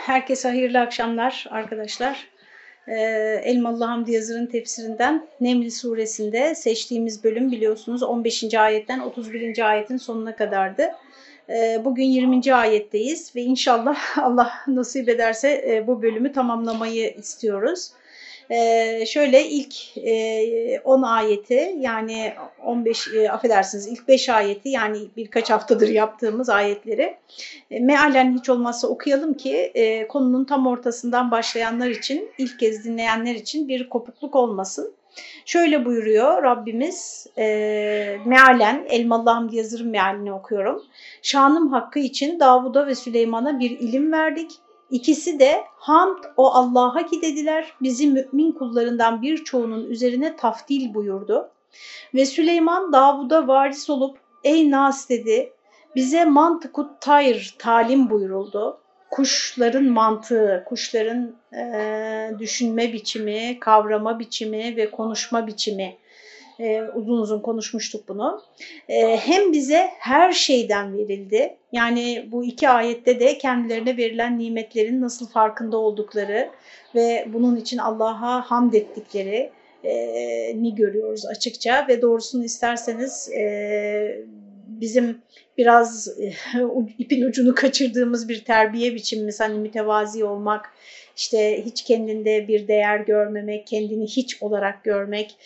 Herkese hayırlı akşamlar arkadaşlar. Elmalı Hamdi Yazır'ın tefsirinden Neml suresinde seçtiğimiz bölüm biliyorsunuz 15. ayetten 31. ayetin sonuna kadardı. Bugün 20. ayetteyiz ve inşallah Allah nasip ederse bu bölümü tamamlamayı istiyoruz. Şöyle ilk 10 ayeti yani 15 affedersiniz ilk 5 ayeti yani birkaç haftadır yaptığımız ayetleri mealen hiç olmazsa okuyalım ki konunun tam ortasından başlayanlar için ilk kez dinleyenler için bir kopukluk olmasın. Şöyle buyuruyor Rabbimiz mealen Elmalı Hamdi Yazır'ın mealini okuyorum. Şanım hakkı için Davud'a ve Süleyman'a bir ilim verdik. İkisi de hamd o Allah'a ki dediler, bizi mümin kullarından birçoğunun üzerine taftil buyurdu. Ve Süleyman Davud'a varis olup ey Nas dedi, bize mantıkut tayr talim buyuruldu. Kuşların mantığı, kuşların düşünme biçimi, kavrama biçimi ve konuşma biçimi. Uzun uzun konuşmuştuk bunu. Hem bize her şeyden verildi. Yani bu iki ayette de kendilerine verilen nimetlerin nasıl farkında oldukları ve bunun için Allah'a hamd ettikleri ni görüyoruz açıkça ve doğrusunu isterseniz bizim biraz ipin ucunu kaçırdığımız bir terbiye biçimimiz, hani mütevazi olmak, işte hiç kendinde bir değer görmemek, kendini hiç olarak görmek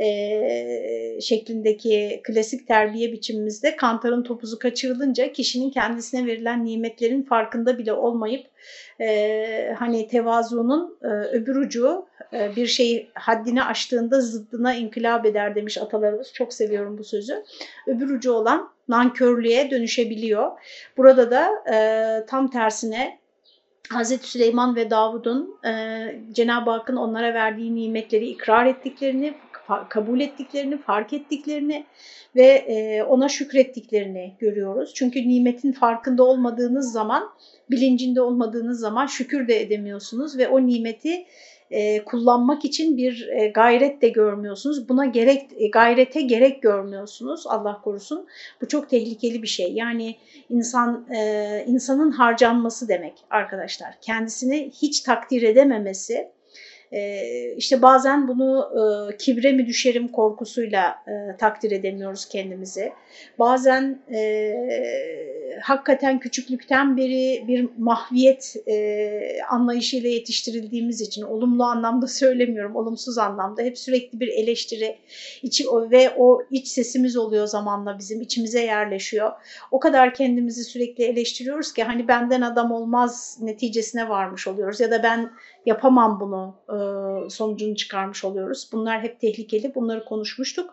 şeklindeki klasik terbiye biçimimizde kantarın topuzu kaçırılınca kişinin kendisine verilen nimetlerin farkında bile olmayıp hani tevazuunun öbür ucu bir şey haddini aştığında zıddına inkılap eder demiş atalarımız. Çok seviyorum bu sözü. Öbür ucu olan nankörlüğe dönüşebiliyor. Burada da tam tersine Hazreti Süleyman ve Davud'un Cenab-ı Hakk'ın onlara verdiği nimetleri ikrar ettiklerini, kabul ettiklerini, fark ettiklerini ve ona şükrettiklerini görüyoruz. Çünkü nimetin farkında olmadığınız zaman, bilincinde olmadığınız zaman şükür de edemiyorsunuz ve o nimeti kullanmak için bir gayret de görmüyorsunuz. Buna gayrete gerek görmüyorsunuz, Allah korusun. Bu çok tehlikeli bir şey. Yani insanın harcanması demek arkadaşlar. Kendisini hiç takdir edememesi. İşte bazen bunu kibre mi düşerim korkusuyla takdir edemiyoruz kendimizi. Bazen hakikaten küçüklükten beri bir mahviyet anlayışıyla yetiştirildiğimiz için, olumlu anlamda söylemiyorum, olumsuz anlamda hep sürekli bir eleştiri ve o iç sesimiz oluyor zamanla, bizim içimize yerleşiyor. O kadar kendimizi sürekli eleştiriyoruz ki hani benden adam olmaz neticesine varmış oluyoruz ya da ben yapamam bunu sonucunu çıkarmış oluyoruz. Bunlar hep tehlikeli, bunları konuşmuştuk.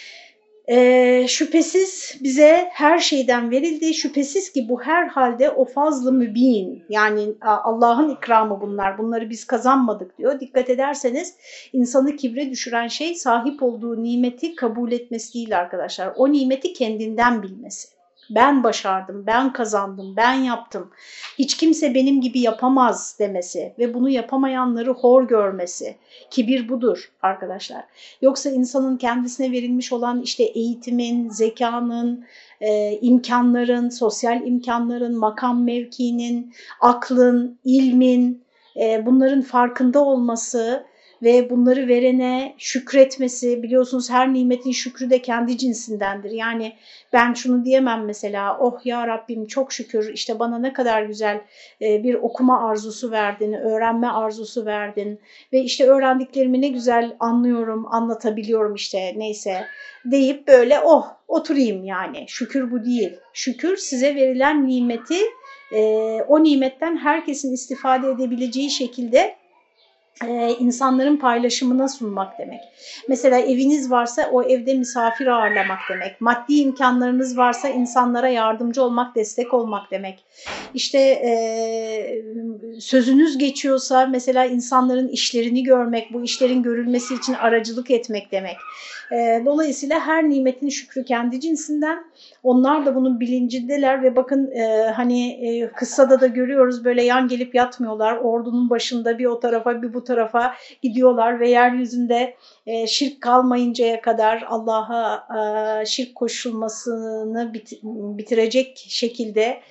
Şüphesiz bize her şeyden verildi. Şüphesiz ki bu herhalde o fazl-ı mübin, yani Allah'ın ikramı bunlar. Bunları biz kazanmadık diyor. Dikkat ederseniz insanı kibre düşüren şey sahip olduğu nimeti kabul etmesi değil arkadaşlar. O nimeti kendinden bilmesi. Ben başardım, ben kazandım, ben yaptım. Hiç kimse benim gibi yapamaz demesi ve bunu yapamayanları hor görmesi. Kibir budur arkadaşlar. Yoksa insanın kendisine verilmiş olan işte eğitimin, zekanın, imkanların, sosyal imkanların, makam mevkinin, aklın, ilmin, bunların farkında olması ve bunları verene şükretmesi, biliyorsunuz her nimetin şükrü de kendi cinsindendir. Yani ben şunu diyemem mesela, oh ya Rabbim çok şükür işte bana ne kadar güzel bir okuma arzusu verdin, öğrenme arzusu verdin ve işte öğrendiklerimi ne güzel anlıyorum, anlatabiliyorum işte neyse deyip böyle oh oturayım yani. Şükür bu değil. Şükür size verilen nimeti o nimetten herkesin istifade edebileceği şekilde insanların paylaşımına sunmak demek. Mesela eviniz varsa o evde misafir ağırlamak demek. Maddi imkanlarınız varsa insanlara yardımcı olmak, destek olmak demek. İşte sözünüz geçiyorsa mesela insanların işlerini görmek, bu işlerin görülmesi için aracılık etmek demek. Dolayısıyla her nimetin şükrü kendi cinsinden. Onlar da bunun bilincindeler ve bakın hani kıssada da görüyoruz, böyle yan gelip yatmıyorlar. Ordunun başında bir o tarafa bir bu tarafa gidiyorlar ve yeryüzünde şirk kalmayıncaya kadar Allah'a şirk koşulmasını bitirecek şekilde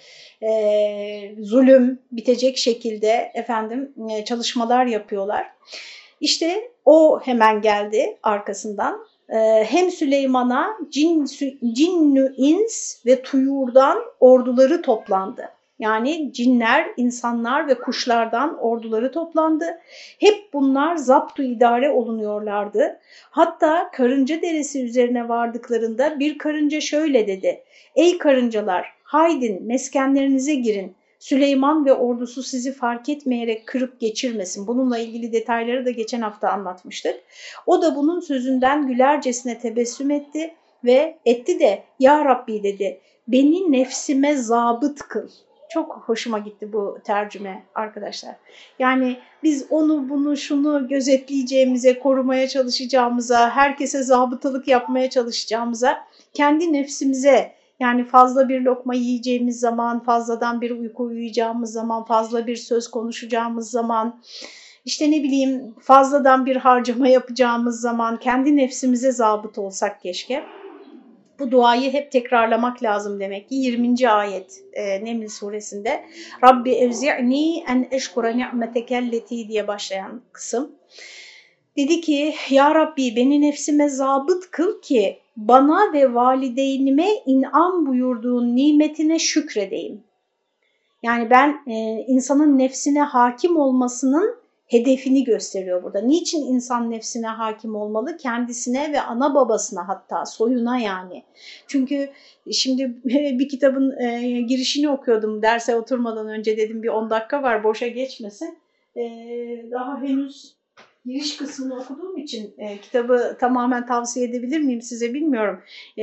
zulüm bitecek şekilde çalışmalar yapıyorlar. İşte o hemen geldi arkasından. Hem Süleyman'a cinnü ins ve tuyurdan orduları toplandı. Yani cinler, insanlar ve kuşlardan orduları toplandı. Hep bunlar zaptu idare olunuyorlardı. Hatta karınca deresi üzerine vardıklarında bir karınca şöyle dedi: "Ey karıncalar, haydin meskenlerinize girin. Süleyman ve ordusu sizi fark etmeyerek kırıp geçirmesin." Bununla ilgili detayları da geçen hafta anlatmıştık. O da bunun sözünden gülercesine tebessüm etti ve "Ya Rabbi," dedi, "beni nefsime zabıt kıl." Çok hoşuma gitti bu tercüme arkadaşlar. Yani biz onu bunu şunu gözetleyeceğimize, korumaya çalışacağımıza, herkese zabıtalık yapmaya çalışacağımıza, kendi nefsimize, yani fazla bir lokma yiyeceğimiz zaman, fazladan bir uyku uyuyacağımız zaman, fazla bir söz konuşacağımız zaman, işte ne bileyim fazladan bir harcama yapacağımız zaman kendi nefsimize zabıt olsak keşke. Bu duayı hep tekrarlamak lazım demek ki. 20. ayet Neml suresinde Rabbi evzi'ni en eşkura ni'metekelleti diye başlayan kısım. Dedi ki ya Rabbi beni nefsime zabıt kıl ki bana ve valideynime in'am buyurduğun nimetine şükredeyim. Yani ben insanın nefsine hakim olmasının hedefini gösteriyor burada. Niçin insan nefsine hakim olmalı? Kendisine ve ana babasına, hatta soyuna yani. Çünkü şimdi bir kitabın girişini okuyordum derse oturmadan önce, dedim bir 10 dakika var boşa geçmesin. Daha henüz giriş kısmını okuduğum için kitabı tamamen tavsiye edebilir miyim size bilmiyorum.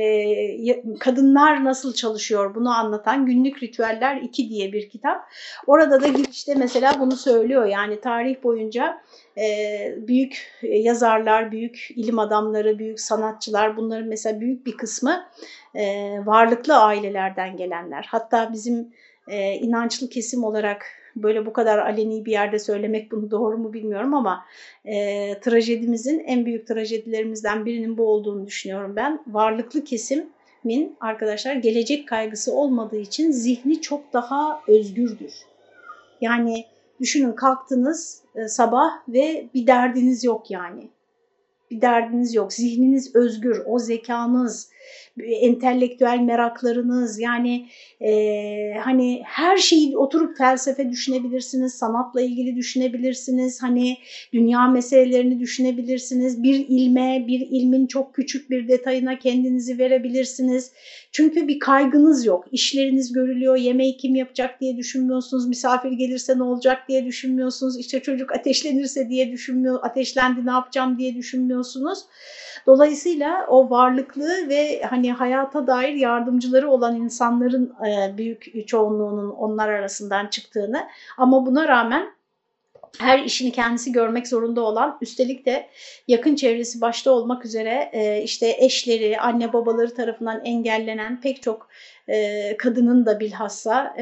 Kadınlar nasıl çalışıyor bunu anlatan Günlük Ritüeller 2 diye bir kitap. Orada da girişte mesela bunu söylüyor. Yani tarih boyunca büyük yazarlar, büyük ilim adamları, büyük sanatçılar, bunların mesela büyük bir kısmı varlıklı ailelerden gelenler. Hatta bizim inançlı kesim olarak böyle bu kadar aleni bir yerde söylemek bunu doğru mu bilmiyorum ama trajedimizin, en büyük trajedilerimizden birinin bu olduğunu düşünüyorum ben. Varlıklı kesimin arkadaşlar gelecek kaygısı olmadığı için zihni çok daha özgürdür. Yani düşünün, kalktınız sabah ve bir derdiniz yok yani. Bir derdiniz yok. Zihniniz özgür. O zekanız, entelektüel meraklarınız, yani hani her şeyi oturup felsefe düşünebilirsiniz, sanatla ilgili düşünebilirsiniz, hani dünya meselelerini düşünebilirsiniz, bir ilme, bir ilmin çok küçük bir detayına kendinizi verebilirsiniz. Çünkü bir kaygınız yok. İşleriniz görülüyor, yemeği kim yapacak diye düşünmüyorsunuz, misafir gelirse ne olacak diye düşünmüyorsunuz, işte çocuk ateşlenirse diye ateşlendi ne yapacağım diye düşünmüyorsunuz. Dolayısıyla o varlıklı ve hani hayata dair yardımcıları olan insanların büyük çoğunluğunun onlar arasından çıktığını, ama buna rağmen her işini kendisi görmek zorunda olan, üstelik de yakın çevresi başta olmak üzere işte eşleri, anne babaları tarafından engellenen pek çok kadının da bilhassa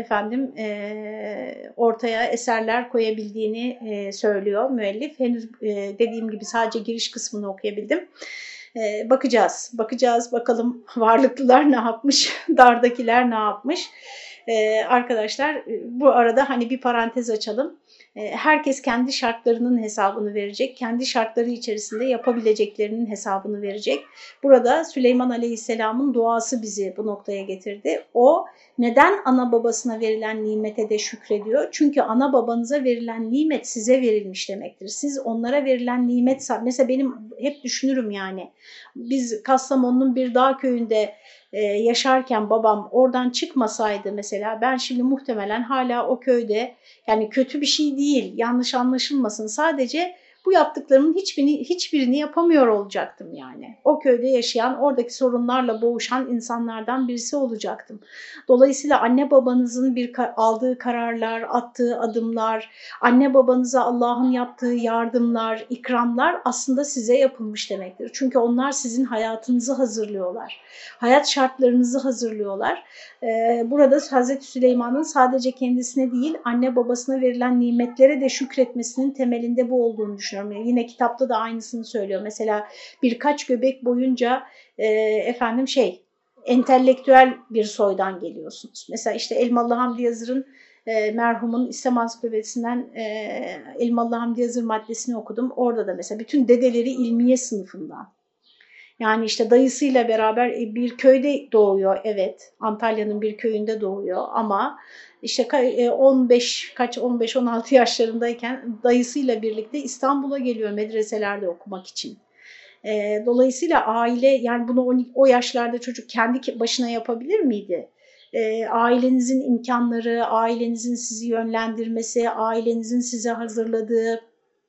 ortaya eserler koyabildiğini söylüyor müellif. Henüz dediğim gibi sadece giriş kısmını okuyabildim. Bakacağız bakalım varlıklılar ne yapmış, dardakiler ne yapmış. Arkadaşlar bu arada hani bir parantez açalım. Herkes kendi şartlarının hesabını verecek, kendi şartları içerisinde yapabileceklerinin hesabını verecek. Burada Süleyman Aleyhisselam'ın duası bizi bu noktaya getirdi. O neden ana babasına verilen nimete de şükrediyor? Çünkü ana babanıza verilen nimet size verilmiş demektir. Siz onlara verilen nimet, mesela benim hep düşünürüm yani, biz Kastamonu'nun bir dağ köyünde yaşarken babam oradan çıkmasaydı mesela, ben şimdi muhtemelen hala o köyde, yani kötü bir şey değil, yanlış anlaşılmasın, sadece bu yaptıklarımın hiçbirini yapamıyor olacaktım yani. O köyde yaşayan, oradaki sorunlarla boğuşan insanlardan birisi olacaktım. Dolayısıyla anne babanızın aldığı kararlar, attığı adımlar, anne babanıza Allah'ın yaptığı yardımlar, ikramlar aslında size yapılmış demektir. Çünkü onlar sizin hayatınızı hazırlıyorlar. Hayat şartlarınızı hazırlıyorlar. Burada Hazreti Süleyman'ın sadece kendisine değil, anne babasına verilen nimetlere de şükretmesinin temelinde bu olduğunu düşünüyorum. Yine kitapta da aynısını söylüyor. Mesela birkaç göbek boyunca entelektüel bir soydan geliyorsunuz. Mesela işte Elmalı Hamdi Yazır'ın merhumun İslam Ansiklopedisinden Elmalı Hamdi Yazır maddesini okudum. Orada da mesela bütün dedeleri ilmiye sınıfından. Yani işte dayısıyla beraber bir köyde doğuyor, evet. Antalya'nın bir köyünde doğuyor ama işte 15-16 yaşlarındayken dayısıyla birlikte İstanbul'a geliyor medreselerde okumak için. Dolayısıyla aile, yani bunu o yaşlarda çocuk kendi başına yapabilir miydi? Ailenizin imkanları, ailenizin sizi yönlendirmesi, ailenizin size hazırladığı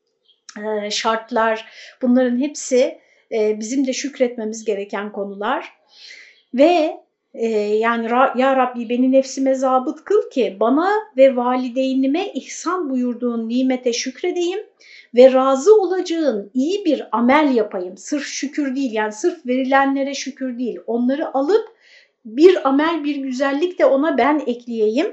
şartlar, bunların hepsi bizim de şükretmemiz gereken konular. Ve yani ya Rabbi beni nefsime zabıt kıl ki bana ve valideynime ihsan buyurduğun nimete şükredeyim ve razı olacağın iyi bir amel yapayım. Sırf şükür değil, yani sırf verilenlere şükür değil, onları alıp bir amel, bir güzellik de ona ben ekleyeyim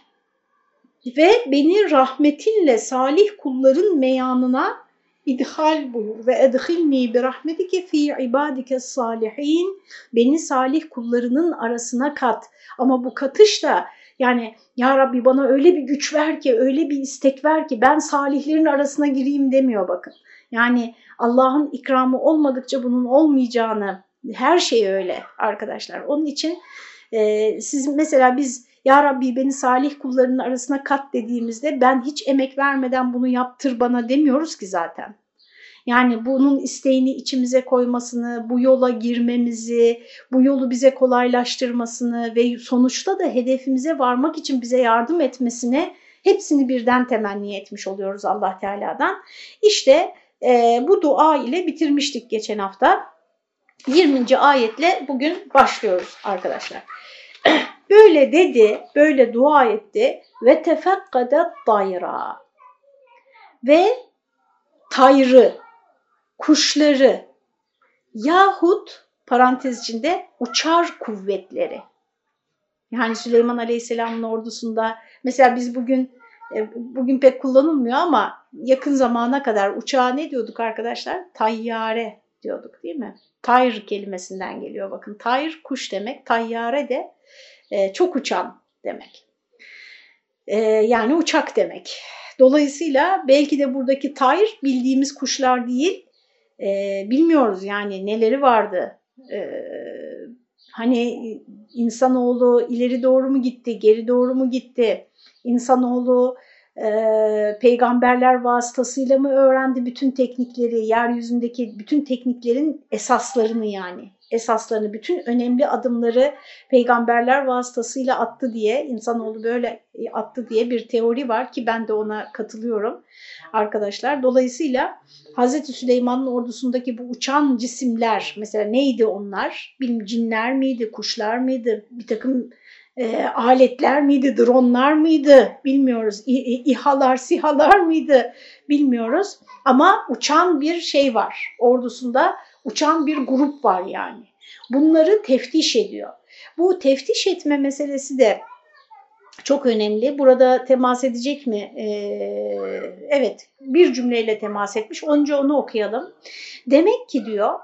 ve beni rahmetinle salih kulların meyanına İdhal buyur ve edhilni bi rahmetike fi ibadike salihin, beni salih kullarının arasına kat. Ama bu katış da yani ya Rabbi bana öyle bir güç ver ki, öyle bir istek ver ki ben salihlerin arasına gireyim demiyor bakın. Yani Allah'ın ikramı olmadıkça bunun olmayacağını, her şey öyle arkadaşlar. Onun için siz mesela biz ya Rabbi beni salih kullarının arasına kat dediğimizde ben hiç emek vermeden bunu yaptır bana demiyoruz ki zaten. Yani bunun isteğini içimize koymasını, bu yola girmemizi, bu yolu bize kolaylaştırmasını ve sonuçta da hedefimize varmak için bize yardım etmesine hepsini birden temenni etmiş oluyoruz Allah Teala'dan. İşte bu dua ile bitirmiştik geçen hafta. 20. ayetle bugün başlıyoruz arkadaşlar. Böyle dedi, böyle dua etti ve tefekkadet tayra ve tayrı, kuşları yahut parantez içinde uçar kuvvetleri. Yani Süleyman Aleyhisselam'ın ordusunda mesela biz bugün pek kullanılmıyor ama yakın zamana kadar uçağa ne diyorduk arkadaşlar? Tayyare diyorduk değil mi? Tayr kelimesinden geliyor bakın. Tayr kuş demek, tayyare de çok uçan demek. Yani uçak demek. Dolayısıyla belki de buradaki tayr bildiğimiz kuşlar değil, bilmiyoruz yani neleri vardı. Hani insanoğlu ileri doğru mu gitti, geri doğru mu gitti? İnsanoğlu peygamberler vasıtasıyla mı öğrendi bütün teknikleri, yeryüzündeki bütün tekniklerin esaslarını, yani esaslarını, bütün önemli adımları peygamberler vasıtasıyla attı diye, insanoğlu böyle attı diye bir teori var ki ben de ona katılıyorum arkadaşlar. Dolayısıyla Hazreti Süleyman'ın ordusundaki bu uçan cisimler mesela neydi onlar? Bilmiyorum, cinler miydi, kuşlar mıydı, bir takım aletler miydi, dronlar mıydı bilmiyoruz. İHA'lar, SİHA'lar mıydı bilmiyoruz. Ama uçan bir şey var. Ordusunda uçan bir grup var yani. Bunları teftiş ediyor. Bu teftiş etme meselesi de çok önemli. Burada temas edecek mi? Evet, bir cümleyle temas etmiş. Önce onu okuyalım. Demek ki diyor,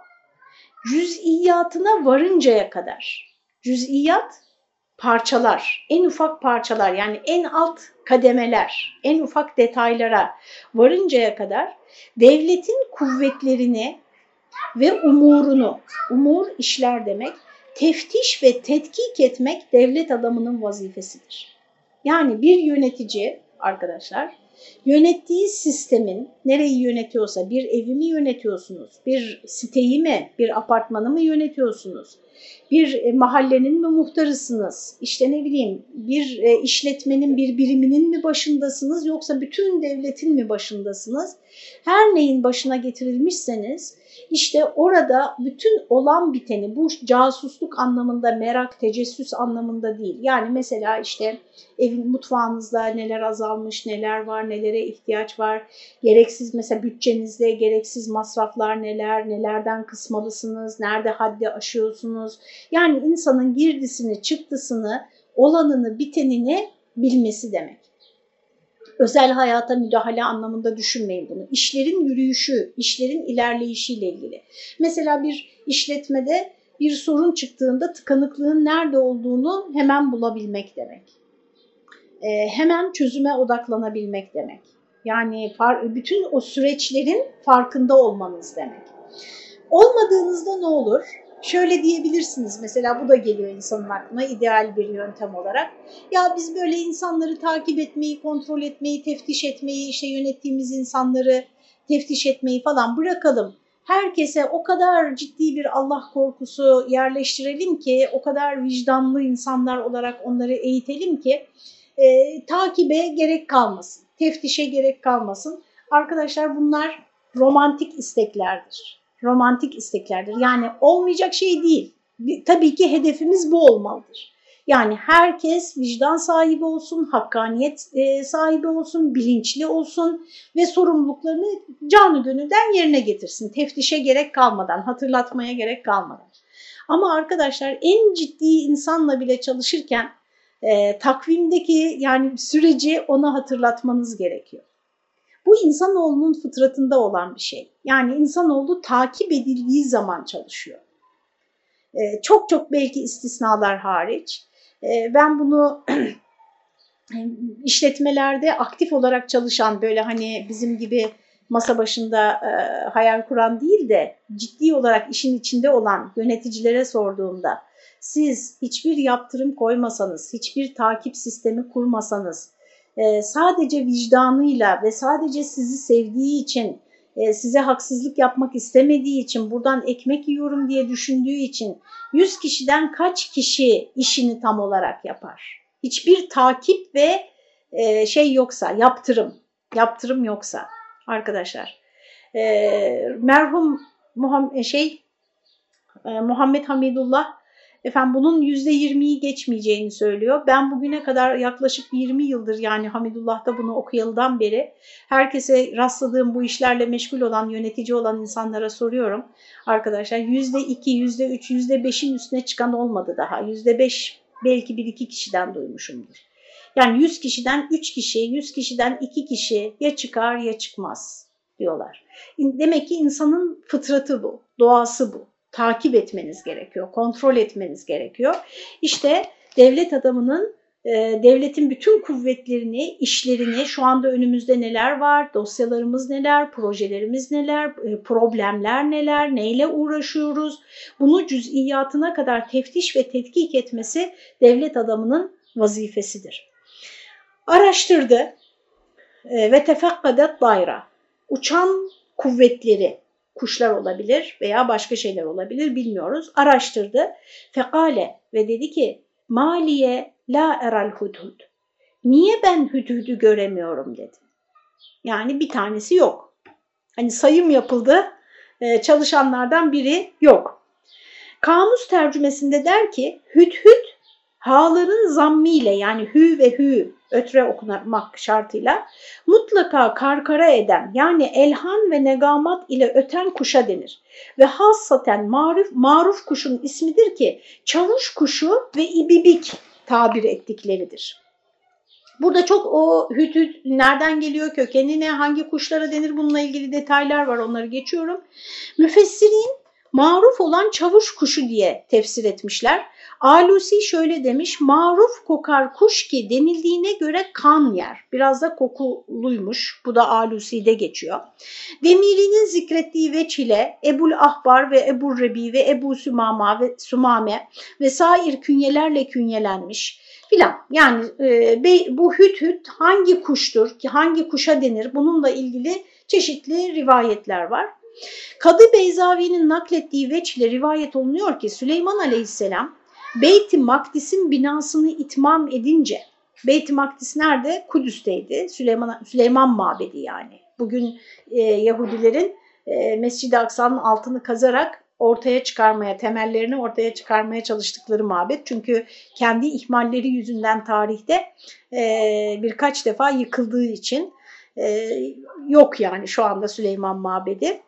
cüz'iyatına varıncaya kadar. Cüz'iyat parçalar, en ufak parçalar, yani en alt kademeler, en ufak detaylara varıncaya kadar devletin kuvvetlerini ve umurunu, umur işler demek, teftiş ve tetkik etmek devlet adamının vazifesidir. Yani bir yönetici arkadaşlar, yönettiği sistemin, nereyi yönetiyorsa, bir evi mi yönetiyorsunuz, bir siteyi mi, bir apartmanı mı yönetiyorsunuz, bir mahallenin mi muhtarısınız, işte ne bileyim bir işletmenin bir biriminin mi başındasınız yoksa bütün devletin mi başındasınız? Her neyin başına getirilmişseniz işte orada bütün olan biteni, bu casusluk anlamında, merak, tecessüs anlamında değil. Yani mesela işte evin mutfağınızda neler azalmış, neler var, nelere ihtiyaç var, gereksiz mesela bütçenizde gereksiz masraflar neler, nelerden kısmalısınız, nerede haddi aşıyorsunuz. Yani insanın girdisini, çıktısını, olanını, bitenini bilmesi demek. Özel hayata müdahale anlamında düşünmeyin bunu. İşlerin yürüyüşü, işlerin ilerleyişiyle ilgili. Mesela bir işletmede bir sorun çıktığında tıkanıklığın nerede olduğunu hemen bulabilmek demek. Hemen çözüme odaklanabilmek demek. Yani bütün o süreçlerin farkında olmanız demek. Olmadığınızda ne olur? Şöyle diyebilirsiniz, mesela bu da geliyor insanın aklına ideal bir yöntem olarak. Ya biz böyle insanları takip etmeyi, kontrol etmeyi, teftiş etmeyi, işte yönettiğimiz insanları teftiş etmeyi falan bırakalım. Herkese o kadar ciddi bir Allah korkusu yerleştirelim ki, o kadar vicdanlı insanlar olarak onları eğitelim ki takibe gerek kalmasın, teftişe gerek kalmasın. Arkadaşlar bunlar romantik isteklerdir. Romantik isteklerdir. Yani olmayacak şey değil. Tabii ki hedefimiz bu olmalıdır. Yani herkes vicdan sahibi olsun, hakkaniyet sahibi olsun, bilinçli olsun ve sorumluluklarını canı gönülden yerine getirsin. Teftişe gerek kalmadan, hatırlatmaya gerek kalmadan. Ama arkadaşlar en ciddi insanla bile çalışırken takvimdeki yani süreci ona hatırlatmanız gerekiyor. Bu insanoğlunun fıtratında olan bir şey. Yani insanoğlu takip edildiği zaman çalışıyor. Çok çok belki istisnalar hariç. Ben bunu işletmelerde aktif olarak çalışan, böyle hani bizim gibi masa başında hayal kuran değil de ciddi olarak işin içinde olan yöneticilere sorduğumda, siz hiçbir yaptırım koymasanız, hiçbir takip sistemi kurmasanız, sadece vicdanıyla ve sadece sizi sevdiği için, size haksızlık yapmak istemediği için, buradan ekmek yiyorum diye düşündüğü için 100 kişiden kaç kişi işini tam olarak yapar? Hiçbir takip ve şey yoksa, yaptırım yoksa arkadaşlar. Merhum Muhammed Hamidullah efendim bunun %20'yi geçmeyeceğini söylüyor. Ben bugüne kadar yaklaşık 20 yıldır, yani Hamidullah'ta bunu okuyalıdan beri herkese rastladığım, bu işlerle meşgul olan, yönetici olan insanlara soruyorum. Arkadaşlar %2, %3, %5'in üstüne çıkan olmadı daha. %5 belki 1-2 kişiden duymuşumdur. Yani 100 kişiden 3 kişi, 100 kişiden 2 kişi ya çıkar ya çıkmaz diyorlar. Demek ki insanın fıtratı bu, doğası bu. Takip etmeniz gerekiyor, kontrol etmeniz gerekiyor. İşte devlet adamının, devletin bütün kuvvetlerini, işlerini, şu anda önümüzde neler var, dosyalarımız neler, projelerimiz neler, problemler neler, neyle uğraşıyoruz, bunu cüz'iyatına kadar teftiş ve tetkik etmesi devlet adamının vazifesidir. Araştırdı ve tefekkadet dayra, uçan kuvvetleri, kuşlar olabilir veya başka şeyler olabilir, bilmiyoruz. Araştırdı. Fekale ve dedi ki, maliye la eral hudhud. Niye ben hüdhüdü göremiyorum dedi. Yani bir tanesi yok. Hani sayım yapıldı, çalışanlardan biri yok. Kamus tercümesinde der ki, hüdhüd ha'ların zammiyle, yani hü ve hü ötre okumak şartıyla mutlaka karkara eden, yani elhan ve negamat ile öten kuşa denir. Ve hassaten maruf kuşun ismidir ki çavuş kuşu ve ibibik tabir ettikleridir. Burada çok o hüdhüd nereden geliyor, kökeni ne, hangi kuşlara denir, bununla ilgili detaylar var, onları geçiyorum. Müfessirin maruf olan çavuş kuşu diye tefsir etmişler. Alusi şöyle demiş, maruf kokar kuş ki denildiğine göre kan yer. Biraz da kokuluymuş, bu da Alusi'de geçiyor. Demiri'nin zikrettiği veç ile Ebul Ahbar ve Ebu Rebi ve Ebu Sumame ve sair künyelerle künyelenmiş filan. Yani bu hüdhüd hangi kuştur, hangi kuşa denir, bununla ilgili çeşitli rivayetler var. Kadı Beyzavi'nin naklettiği veçle rivayet olunuyor ki Süleyman Aleyhisselam Beyt-i Makdis'in binasını itmam edince, Beyt-i Makdis nerede? Kudüs'teydi. Süleyman Mabedi yani. Bugün Yahudilerin Mescid-i Aksa'nın altını kazarak temellerini ortaya çıkarmaya çalıştıkları mabet. Çünkü kendi ihmalleri yüzünden tarihte birkaç defa yıkıldığı için yok yani şu anda Süleyman Mabedi.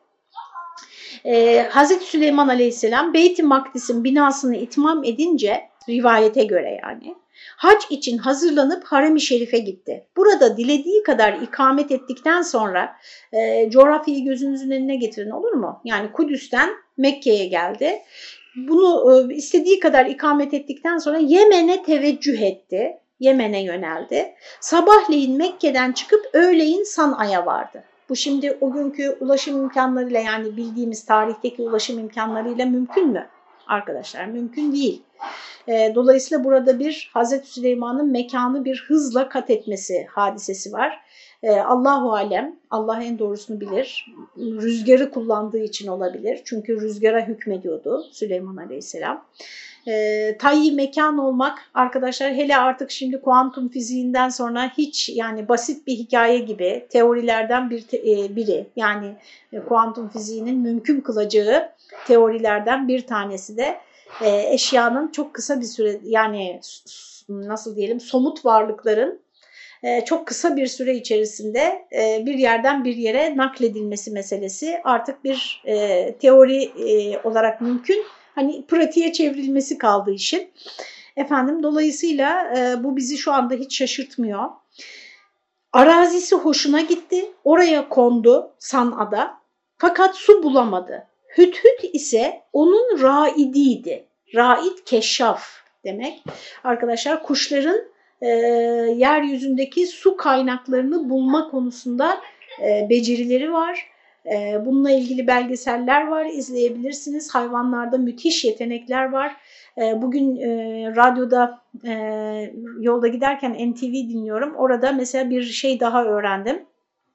Hazreti Süleyman Aleyhisselam Beyt-i Makdis'in binasını itmam edince, rivayete göre yani, hac için hazırlanıp Harem-i Şerif'e gitti. Burada dilediği kadar ikamet ettikten sonra coğrafyayı gözünüzün önüne getirin, olur mu? Yani Kudüs'ten Mekke'ye geldi. bunu istediği kadar ikamet ettikten sonra Yemen'e teveccüh etti. Yemen'e yöneldi. Sabahleyin Mekke'den çıkıp öğleyin San'a'ya vardı. Bu şimdi o günkü ulaşım imkanlarıyla, yani bildiğimiz tarihteki ulaşım imkanlarıyla mümkün mü arkadaşlar? Mümkün değil. Dolayısıyla burada bir Hazreti Süleyman'ın mekanı bir hızla kat etmesi hadisesi var. Allahu alem, Allah en doğrusunu bilir. Rüzgarı kullandığı için olabilir. Çünkü rüzgara hükmediyordu Süleyman Aleyhisselam. Tayyi mekan olmak arkadaşlar, hele artık şimdi kuantum fiziğinden sonra hiç, yani basit bir hikaye gibi teorilerden biri. Yani kuantum fiziğinin mümkün kılacağı teorilerden bir tanesi de eşyanın çok kısa bir süre, yani nasıl diyelim, somut varlıkların çok kısa bir süre içerisinde bir yerden bir yere nakledilmesi meselesi artık bir teori olarak mümkün. Hani pratiğe çevrilmesi kaldığı için. Dolayısıyla bu bizi şu anda hiç şaşırtmıyor. Arazisi hoşuna gitti. Oraya kondu San'a'da. Fakat su bulamadı. Hüdhüd ise onun raidiydi. Raid keşşaf demek. Arkadaşlar, kuşların yeryüzündeki su kaynaklarını bulma konusunda becerileri var. Bununla ilgili belgeseller var, izleyebilirsiniz. Hayvanlarda müthiş yetenekler var. Bugün radyoda yolda giderken NTV dinliyorum. Orada mesela bir şey daha öğrendim.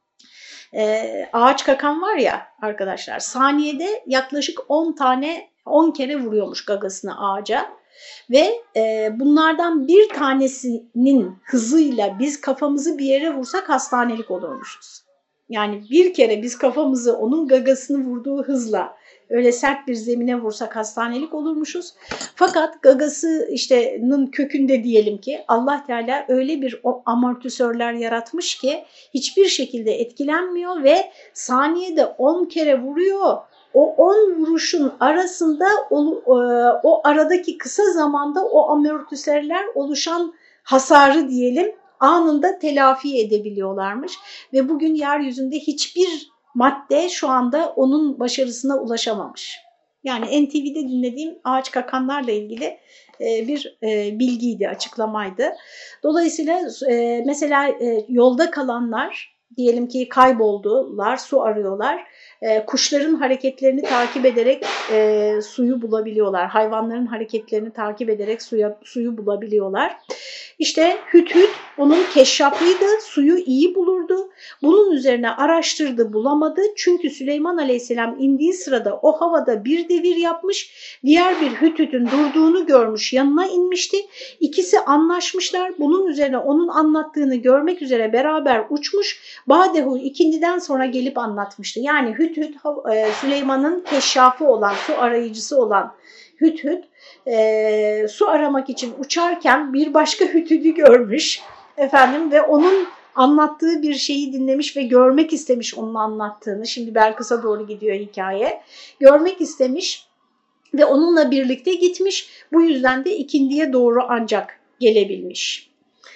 Ağaç kakan var ya arkadaşlar, saniyede yaklaşık 10 kere vuruyormuş gagasını ağaca. Ve bunlardan bir tanesinin hızıyla biz kafamızı bir yere vursak hastanelik olurmuşuz. Yani bir kere biz kafamızı onun gagasını vurduğu hızla öyle sert bir zemine vursak hastanelik olurmuşuz. Fakat gagasının kökünde diyelim ki Allah Teala öyle bir amortisörler yaratmış ki hiçbir şekilde etkilenmiyor ve saniyede 10 kere vuruyor. O 10 vuruşun arasında o aradaki kısa zamanda o amortisörler oluşan hasarı diyelim anında telafi edebiliyorlarmış. Ve bugün yeryüzünde hiçbir madde şu anda onun başarısına ulaşamamış. Yani NTV'de dinlediğim ağaç kakanlarla ilgili bir bilgiydi, açıklamaydı. Dolayısıyla mesela yolda kalanlar, diyelim ki kayboldular, su arıyorlar. Kuşların hareketlerini takip ederek suyu bulabiliyorlar. Hayvanların hareketlerini takip ederek suyu bulabiliyorlar. İşte Hüdhüd onun keşşafıydı, suyu iyi bulurdu. Bunun üzerine araştırdı, bulamadı. Çünkü Süleyman Aleyhisselam indiği sırada o havada bir devir yapmış, diğer bir Hüdhüd'ün durduğunu görmüş, yanına inmişti. İkisi anlaşmışlar. Bunun üzerine onun anlattığını görmek üzere beraber uçmuş. Badehu ikindiden sonra gelip anlatmıştı. Yani Hüdhüd Süleyman'ın keşşafı olan, su arayıcısı olan Hüdhüd su aramak için uçarken bir başka Hüdhüd'ü görmüş ve onun anlattığı bir şeyi dinlemiş ve görmek istemiş onun anlattığını. Şimdi Belkıs'a doğru gidiyor hikaye. Görmek istemiş ve onunla birlikte gitmiş. Bu yüzden de ikindiye doğru ancak gelebilmiş.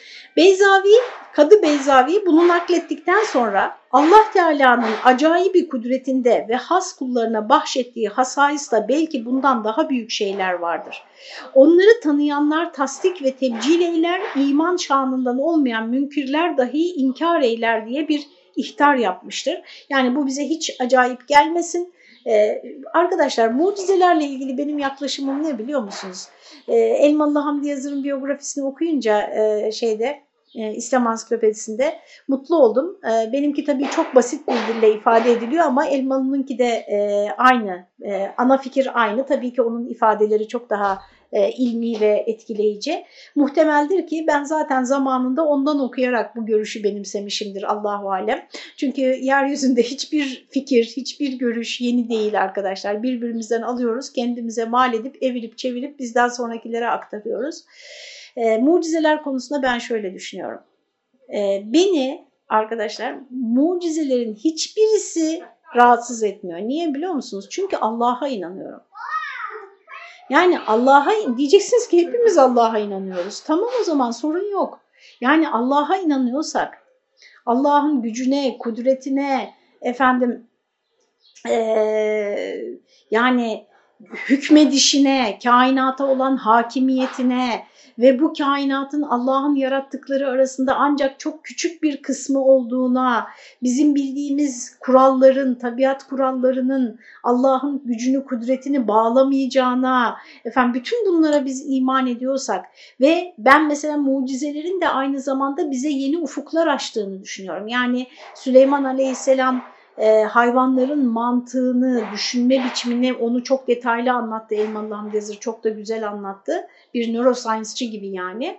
Kadı Beyzavi bunu naklettikten sonra Allah Teala'nın acayip kudretinde ve has kullarına bahşettiği hasaisla belki bundan daha büyük şeyler vardır. Onları tanıyanlar tasdik ve tebcil eyler, iman şanından olmayan münkirler dahi inkar eyler diye bir ihtar yapmıştır. Yani bu bize hiç acayip gelmesin. Arkadaşlar, mucizelerle ilgili benim yaklaşımım ne biliyor musunuz? Elmalı Hamdi Yazır'ın biyografisini okuyunca İslam Ansiklopedisi'nde mutlu oldum. Benimki tabii çok basit bir dille ifade ediliyor ama Elmalı'nınki de aynı. Ana fikir aynı. Tabii ki onun ifadeleri çok daha ilmi ve etkileyici. Muhtemeldir ki ben zaten zamanında ondan okuyarak bu görüşü benimsemişimdir, Allahu alem. Çünkü yeryüzünde hiçbir fikir, hiçbir görüş yeni değil arkadaşlar. Birbirimizden alıyoruz, kendimize mal edip, evirip çevirip bizden sonrakilere aktarıyoruz. Mucizeler konusunda ben şöyle düşünüyorum. Beni arkadaşlar mucizelerin hiçbirisi rahatsız etmiyor. Niye biliyor musunuz? Çünkü Allah'a inanıyorum. Yani Allah'a diyeceksiniz ki hepimiz Allah'a inanıyoruz. Tamam, o zaman sorun yok. Yani Allah'a inanıyorsak, Allah'ın gücüne, kudretine, yani hükmedişine, kainata olan hakimiyetine ve bu kainatın Allah'ın yarattıkları arasında ancak çok küçük bir kısmı olduğuna, bizim bildiğimiz kuralların, tabiat kurallarının Allah'ın gücünü, kudretini bağlamayacağına, bütün bunlara biz iman ediyorsak ve ben mesela mucizelerin de aynı zamanda bize yeni ufuklar açtığını düşünüyorum. Yani Süleyman Aleyhisselam hayvanların mantığını, düşünme biçimini onu çok detaylı anlattı. Elmalı Hamdi Yazır çok da güzel anlattı. Bir neuroscience'çı gibi yani.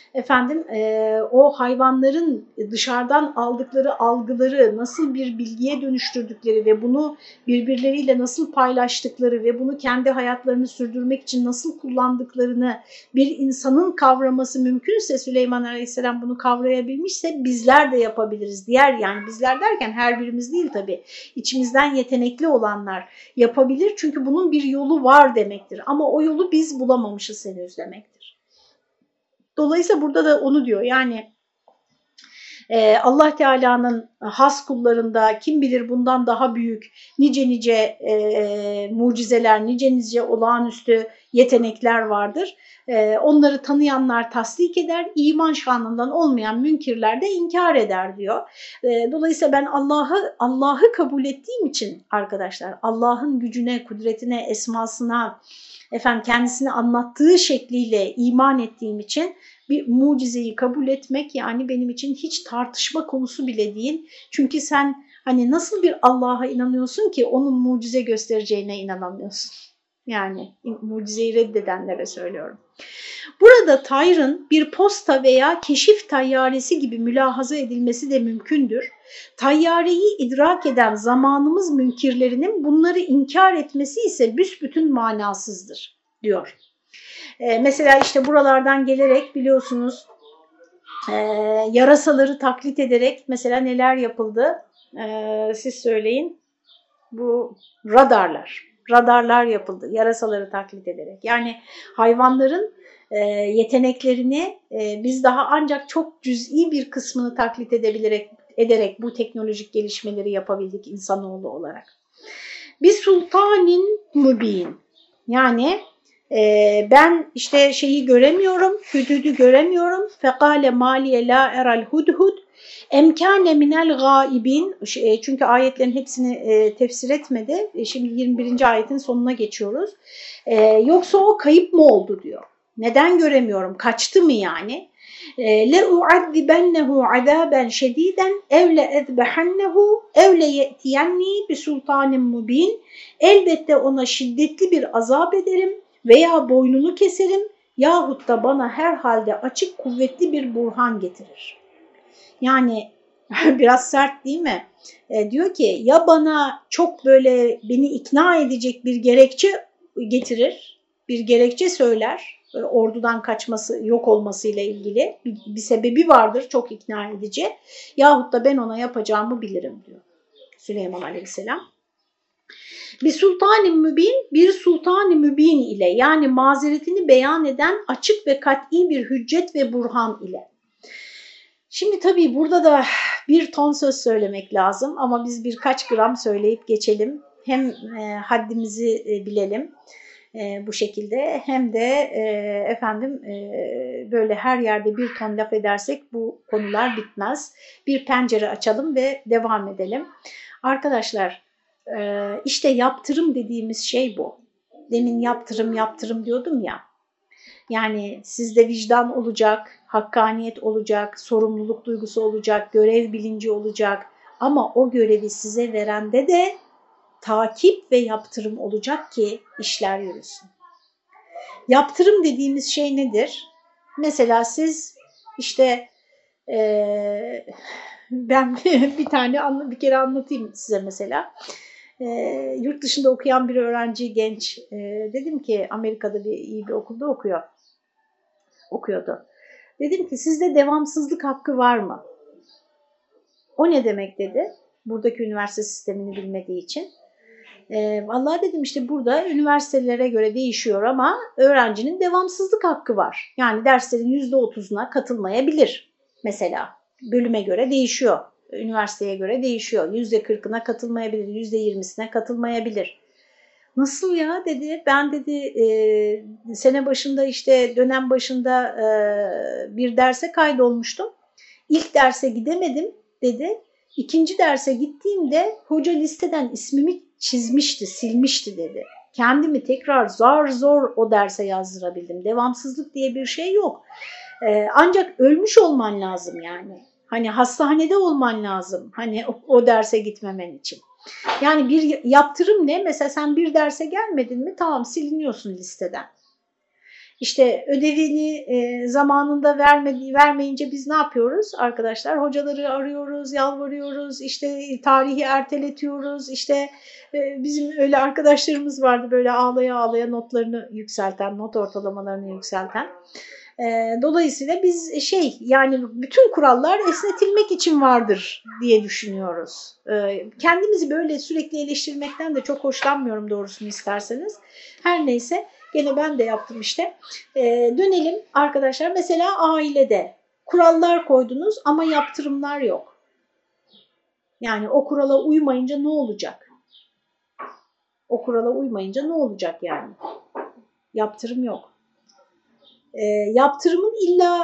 O hayvanların dışarıdan aldıkları algıları nasıl bir bilgiye dönüştürdükleri ve bunu birbirleriyle nasıl paylaştıkları ve bunu kendi hayatlarını sürdürmek için nasıl kullandıklarını bir insanın kavraması mümkünse, Süleyman Aleyhisselam bunu kavrayabilmişse bizler de yapabiliriz. Yani bizler derken her birimiz değil tabii. İçimizden yetenekli olanlar yapabilir çünkü bunun bir yolu var demektir. Ama o yolu biz bulamamışız henüz demektir. Dolayısıyla burada da onu diyor yani Allah Teala'nın has kullarında kim bilir bundan daha büyük nice mucizeler, nice olağanüstü yetenekler vardır. Onları tanıyanlar tasdik eder, iman şanından olmayan münkirler de inkar eder diyor. Dolayısıyla ben Allah'ı kabul ettiğim için arkadaşlar, Allah'ın gücüne, kudretine, esmasına, kendisini anlattığı şekliyle iman ettiğim için bir mucizeyi kabul etmek yani benim için hiç tartışma konusu bile değil. Çünkü sen nasıl bir Allah'a inanıyorsun ki onun mucize göstereceğine inanamıyorsun. Yani mucizeyi reddedenlere söylüyorum. Burada Tayr'ın bir posta veya keşif tayyaresi gibi mülahaza edilmesi de mümkündür. Tayyareyi idrak eden zamanımız münkirlerinin bunları inkar etmesi ise büsbütün manasızdır diyor. Mesela işte buralardan gelerek biliyorsunuz yarasaları taklit ederek mesela neler yapıldı? Siz söyleyin. Bu radarlar yapıldı yarasaları taklit ederek. Yani hayvanların yeteneklerini biz daha ancak çok cüz'i bir kısmını taklit ederek bu teknolojik gelişmeleri yapabildik insanoğlu olarak. Bir sultanin mübin yani ben işte şeyi göremiyorum, hudüdü göremiyorum. Fekale maliye la eral hudhud emkâne minel gâibin. Çünkü ayetlerin hepsini tefsir etmedi. Şimdi 21. ayetin sonuna geçiyoruz. Yoksa o kayıp mı oldu diyor. Neden göremiyorum? Kaçtı mı yani? لَاُعَذِّبَنَّهُ عَذَابًا شَد۪يدًا اَوْ لَاَذْبَحَنَّهُ اَوْ لَيَأْتِيَنِّي بِسُلْطَانٍ مُب۪ينٍ. Elbette ona şiddetli bir azap ederim veya boynunu keserim yahut da bana herhalde açık kuvvetli bir burhan getirir. Yani biraz sert değil mi? Diyor ki ya bana çok böyle beni ikna edecek bir gerekçe getirir, bir gerekçe söyler, ordudan kaçması, yok olmasıyla ilgili bir sebebi vardır çok ikna edici. Yahut da ben ona yapacağımı bilirim diyor Süleyman Aleyhisselam. Bir sultan-ı mübin, bir sultan-ı mübin ile yani mazeretini beyan eden açık ve kat'i bir hüccet ve burhan ile. Şimdi tabii burada da bir ton söz söylemek lazım ama biz birkaç gram söyleyip geçelim. Hem haddimizi bilelim bu şekilde hem de böyle her yerde bir ton laf edersek bu konular bitmez. Bir pencere açalım ve devam edelim. Arkadaşlar işte yaptırım dediğimiz şey bu. Demin yaptırım diyordum ya. Yani sizde vicdan olacak, hakkaniyet olacak, sorumluluk duygusu olacak, görev bilinci olacak. Ama o görevi size verende de takip ve yaptırım olacak ki işler yürüsün. Yaptırım dediğimiz şey nedir? Mesela siz işte ben bir kere anlatayım size mesela. Yurt dışında okuyan bir öğrenci genç dedim ki Amerika'da iyi bir okulda okuyordu. Dedim ki sizde devamsızlık hakkı var mı? O ne demek dedi. Buradaki üniversite sistemini bilmediği için. Vallahi dedim işte burada üniversitelere göre değişiyor ama öğrencinin devamsızlık hakkı var. Yani derslerin %30'una katılmayabilir mesela. Bölüme göre değişiyor. Üniversiteye göre değişiyor. %40'ına katılmayabilir, %20'sine katılmayabilir. Nasıl ya dedi. Ben dedi sene başında işte dönem başında bir derse kaydolmuştum. İlk derse gidemedim dedi. İkinci derse gittiğimde hoca listeden ismimi çizmişti, silmişti dedi. Kendimi tekrar zar zor o derse yazdırabildim. Devamsızlık diye bir şey yok. Ancak ölmüş olman lazım yani. Hani hastanede olman lazım. Hani o derse gitmemen için. Yani bir yaptırım ne? Mesela sen bir derse gelmedin mi? Tamam, siliniyorsun listeden. İşte ödevini zamanında vermeyince biz ne yapıyoruz arkadaşlar? Hocaları arıyoruz, yalvarıyoruz, işte tarihi erteletiyoruz. İşte bizim öyle arkadaşlarımız vardı, böyle ağlaya ağlaya notlarını yükselten, not ortalamalarını yükselten. Dolayısıyla biz yani bütün kurallar esnetilmek için vardır diye düşünüyoruz. Kendimizi böyle sürekli eleştirmekten de çok hoşlanmıyorum doğrusunu isterseniz. Her neyse, gene ben de yaptım işte. Dönelim arkadaşlar, mesela ailede kurallar koydunuz ama yaptırımlar yok. Yani o kurala uymayınca ne olacak? O kurala uymayınca ne olacak yani? Yaptırım yok. Yaptırımın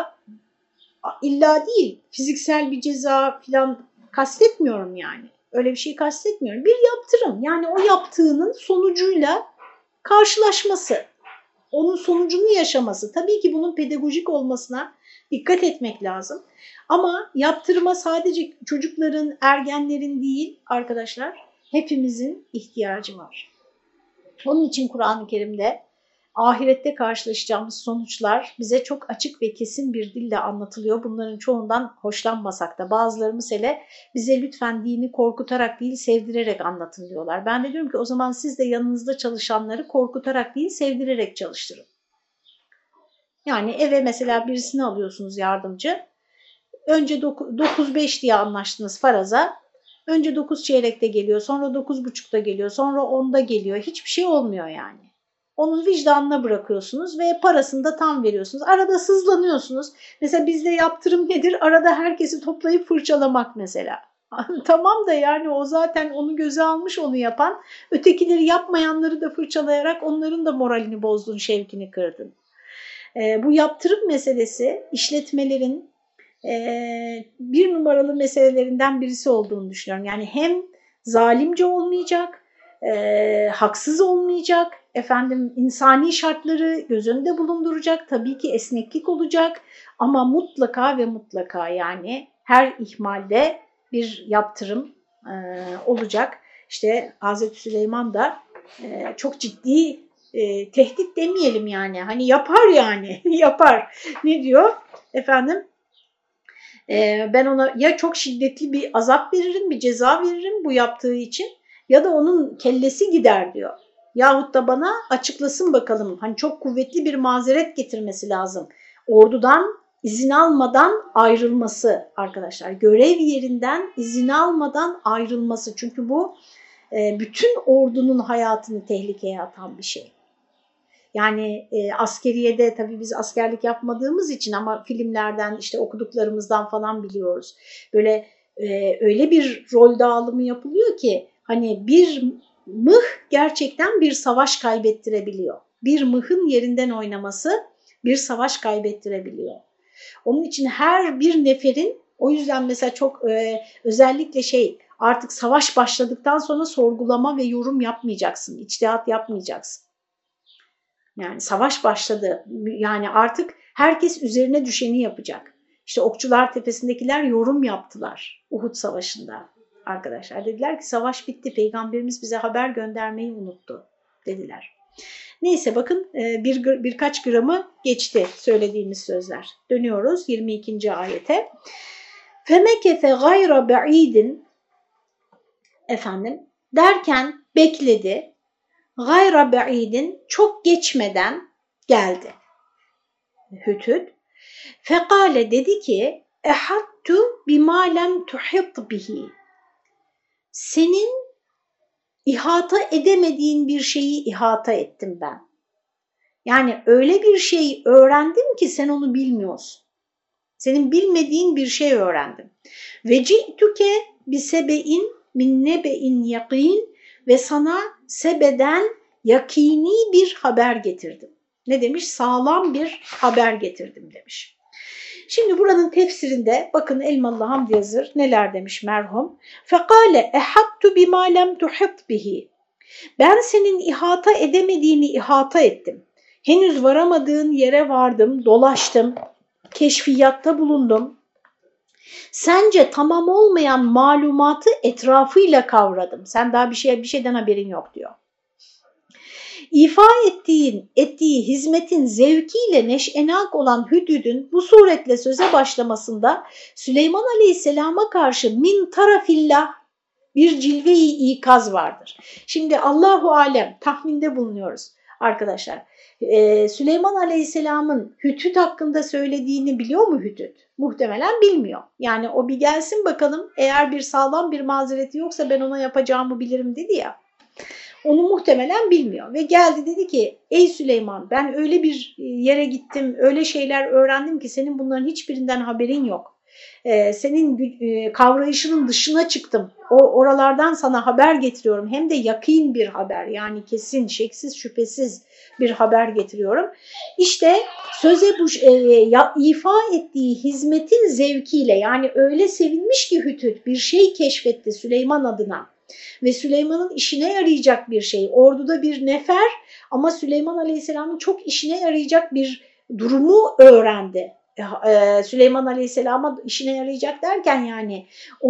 illa değil, fiziksel bir ceza falan kastetmiyorum yani. Öyle bir şey kastetmiyorum. Bir yaptırım, yani o yaptığının sonucuyla karşılaşması, onun sonucunu yaşaması. Tabii ki bunun pedagojik olmasına dikkat etmek lazım. Ama yaptırıma sadece çocukların, ergenlerin değil arkadaşlar, hepimizin ihtiyacı var. Onun için Kur'an-ı Kerim'de ahirette karşılaşacağımız sonuçlar bize çok açık ve kesin bir dille anlatılıyor. Bunların çoğundan hoşlanmasak da bazılarımız hele bize lütfen dini korkutarak değil sevdirerek anlatın diyorlar. Ben de diyorum ki o zaman siz de yanınızda çalışanları korkutarak değil sevdirerek çalıştırın. Yani eve mesela birisini alıyorsunuz yardımcı. Önce 9-5 diye anlaştınız faraza. Önce 9 çeyrekte geliyor, sonra 9.30'da geliyor, sonra 10'da geliyor. Hiçbir şey olmuyor yani. Onun vicdanına bırakıyorsunuz ve parasını da tam veriyorsunuz. Arada sızlanıyorsunuz. Mesela bizde yaptırım nedir? Arada herkesi toplayıp fırçalamak mesela. Tamam da yani o zaten onu göze almış, onu yapan. Ötekileri yapmayanları da fırçalayarak onların da moralini bozdun, şevkini kırdın. Bu yaptırım meselesi işletmelerin bir numaralı meselelerinden birisi olduğunu düşünüyorum. Yani hem zalimce olmayacak, haksız olmayacak, insani şartları göz önünde bulunduracak, tabii ki esneklik olacak ama mutlaka ve mutlaka yani her ihmalde bir yaptırım olacak. İşte Hazreti Süleyman da çok ciddi tehdit demeyelim yani, hani yapar yani yapar. Ne diyor efendim? Ben ona ya çok şiddetli bir azap veririm, bir ceza veririm bu yaptığı için, ya da onun kellesi gider diyor. Yahut da bana açıklasın bakalım, hani çok kuvvetli bir mazeret getirmesi lazım. Ordudan izin almadan ayrılması arkadaşlar. Görev yerinden izin almadan ayrılması. Çünkü bu bütün ordunun hayatını tehlikeye atan bir şey. Yani askeriyede tabii biz askerlik yapmadığımız için ama filmlerden işte okuduklarımızdan falan biliyoruz. Böyle öyle bir rol dağılımı yapılıyor ki hani bir mıh gerçekten bir savaş kaybettirebiliyor. Bir mıhın yerinden oynaması bir savaş kaybettirebiliyor. Onun için her bir neferin, o yüzden mesela çok özellikle artık savaş başladıktan sonra sorgulama ve yorum yapmayacaksın, içtihat yapmayacaksın. Yani savaş başladı. Yani artık herkes üzerine düşeni yapacak. İşte Okçular Tepesi'ndekiler yorum yaptılar Uhud Savaşı'nda arkadaşlar. Dediler ki savaş bitti, Peygamberimiz bize haber göndermeyi unuttu dediler. Neyse bakın birkaç gramı geçti söylediğimiz sözler. Dönüyoruz 22. ayete. Femekefe gayra ba'idin derken bekledi. Gayra ba'idin çok geçmeden geldi. Hüdhüd. Fekale dedi ki ehattu bima lem tuhit bihi. Senin ihata edemediğin bir şeyi ihata ettim ben. Yani öyle bir şey öğrendim ki sen onu bilmiyorsun. Senin bilmediğin bir şey öğrendim. Ve ci'tuke bi sebe'in min nebe'in yakin, ve sana Sebe'den yakini bir haber getirdim. Ne demiş? Sağlam bir haber getirdim demiş. Şimdi buranın tefsirinde bakın Elmalı Hamdi Yazır neler demiş merhum. فَقَالَ اَحَطْتُ بِمَا لَمْ تُحِطْ بِهِ. Ben senin ihata edemediğini ihata ettim. Henüz varamadığın yere vardım, dolaştım, keşfiyatta bulundum. Sence tamam olmayan malumatı etrafıyla kavradım. Sen daha bir şeyden haberin yok diyor. İfa ettiği hizmetin zevkiyle neşenak olan Hüdüd'ün bu suretle söze başlamasında Süleyman Aleyhisselam'a karşı min tarafillah bir cilve-i ikaz vardır. Şimdi Allahu alem tahminde bulunuyoruz arkadaşlar. Süleyman Aleyhisselam'ın Hüdüd hakkında söylediğini biliyor mu Hüdüd? Muhtemelen bilmiyor. Yani o bir gelsin bakalım, eğer bir sağlam bir mazereti yoksa ben ona yapacağımı bilirim dedi ya. Onu muhtemelen bilmiyor ve geldi dedi ki ey Süleyman, ben öyle bir yere gittim, öyle şeyler öğrendim ki senin bunların hiçbirinden haberin yok. Senin kavrayışının dışına çıktım. Oralardan sana haber getiriyorum. Hem de yakîn bir haber, yani kesin, şeksiz, şüphesiz bir haber getiriyorum. İşte söze ifa ettiği hizmetin zevkiyle, yani öyle sevinmiş ki Hüdüd bir şey keşfetti Süleyman adına. Ve Süleyman'ın işine yarayacak bir şey. Orduda bir nefer ama Süleyman Aleyhisselam'ın çok işine yarayacak bir durumu öğrendi. Süleyman Aleyhisselam'a işine yarayacak derken yani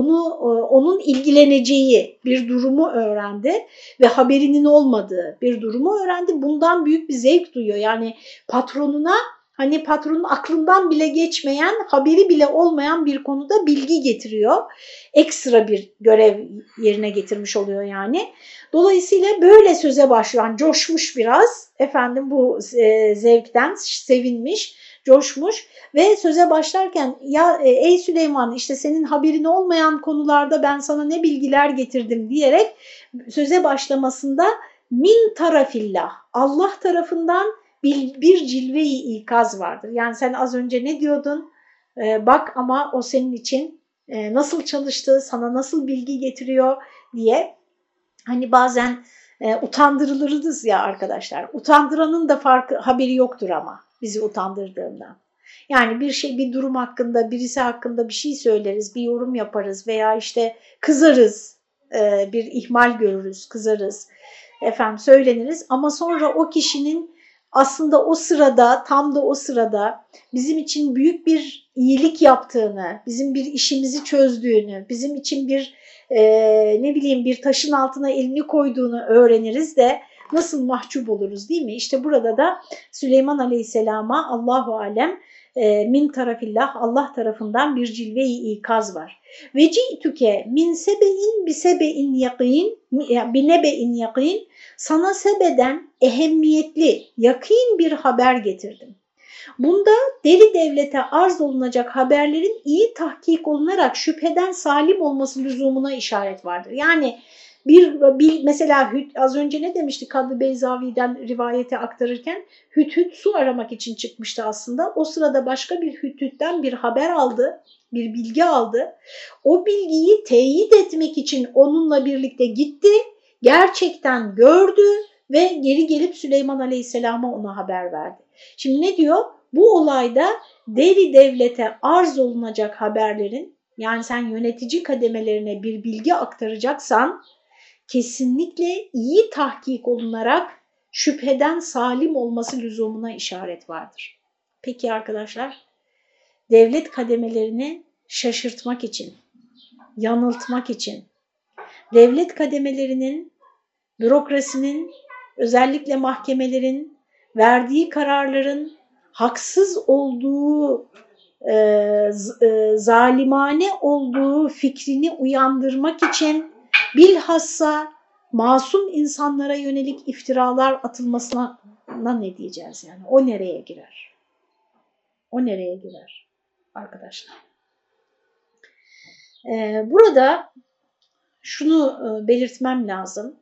onun ilgileneceği bir durumu öğrendi ve haberinin olmadığı bir durumu öğrendi. Bundan büyük bir zevk duyuyor. Yani patronuna, hani patronun aklından bile geçmeyen, haberi bile olmayan bir konuda bilgi getiriyor. Ekstra bir görev yerine getirmiş oluyor yani. Dolayısıyla böyle söze başlayan, coşmuş biraz. Efendim bu zevkten sevinmiş, coşmuş ve söze başlarken ya ey Süleyman, işte senin haberin olmayan konularda ben sana ne bilgiler getirdim diyerek söze başlamasında min tarafillah, Allah tarafından bir cilve-i ikaz vardır. Yani sen az önce ne diyordun? Bak ama o senin için nasıl çalıştı, sana nasıl bilgi getiriyor diye. Hani bazen utandırılırız ya arkadaşlar. Utandıranın da haberi yoktur ama bizi utandırdığından. Yani bir durum hakkında, birisi hakkında bir şey söyleriz, bir yorum yaparız veya işte kızarız, bir ihmal görürüz, kızarız, söyleniriz ama sonra o kişinin aslında o sırada, tam da o sırada bizim için büyük bir iyilik yaptığını, bizim bir işimizi çözdüğünü, bizim için bir bir taşın altına elini koyduğunu öğreniriz de nasıl mahcup oluruz, değil mi? İşte burada da Süleyman Aleyhisselam'a Allahu alem min tarafillah, Allah tarafından bir cilve-i ikaz var. Ve ci'tüke min sebe'in bi sebe'in yakin, bi nebe'in yakin, sana Sebe'den ehemmiyetli, yakîn bir haber getirdim. Bunda deli devlete arz olunacak haberlerin iyi tahkik olunarak şüpheden salim olması lüzumuna işaret vardır. Yani mesela az önce ne demişti Kadı Beyzavi'den rivayeti aktarırken, Hüdhüd su aramak için çıkmıştı aslında. O sırada başka bir Hüdhüd'den bir haber aldı, bir bilgi aldı. O bilgiyi teyit etmek için onunla birlikte gitti, gerçekten gördü ve geri gelip Süleyman Aleyhisselam'a ona haber verdi. Şimdi ne diyor? Bu olayda deli devlete arz olunacak haberlerin, yani sen yönetici kademelerine bir bilgi aktaracaksan kesinlikle iyi tahkik olunarak şüpheden salim olması lüzumuna işaret vardır. Peki arkadaşlar, devlet kademelerini şaşırtmak için, yanıltmak için, devlet kademelerinin, bürokrasinin, özellikle mahkemelerin verdiği kararların haksız olduğu, zalimane olduğu fikrini uyandırmak için bilhassa masum insanlara yönelik iftiralar atılmasına ne diyeceğiz yani? O nereye girer? O nereye girer arkadaşlar? Burada şunu belirtmem lazım.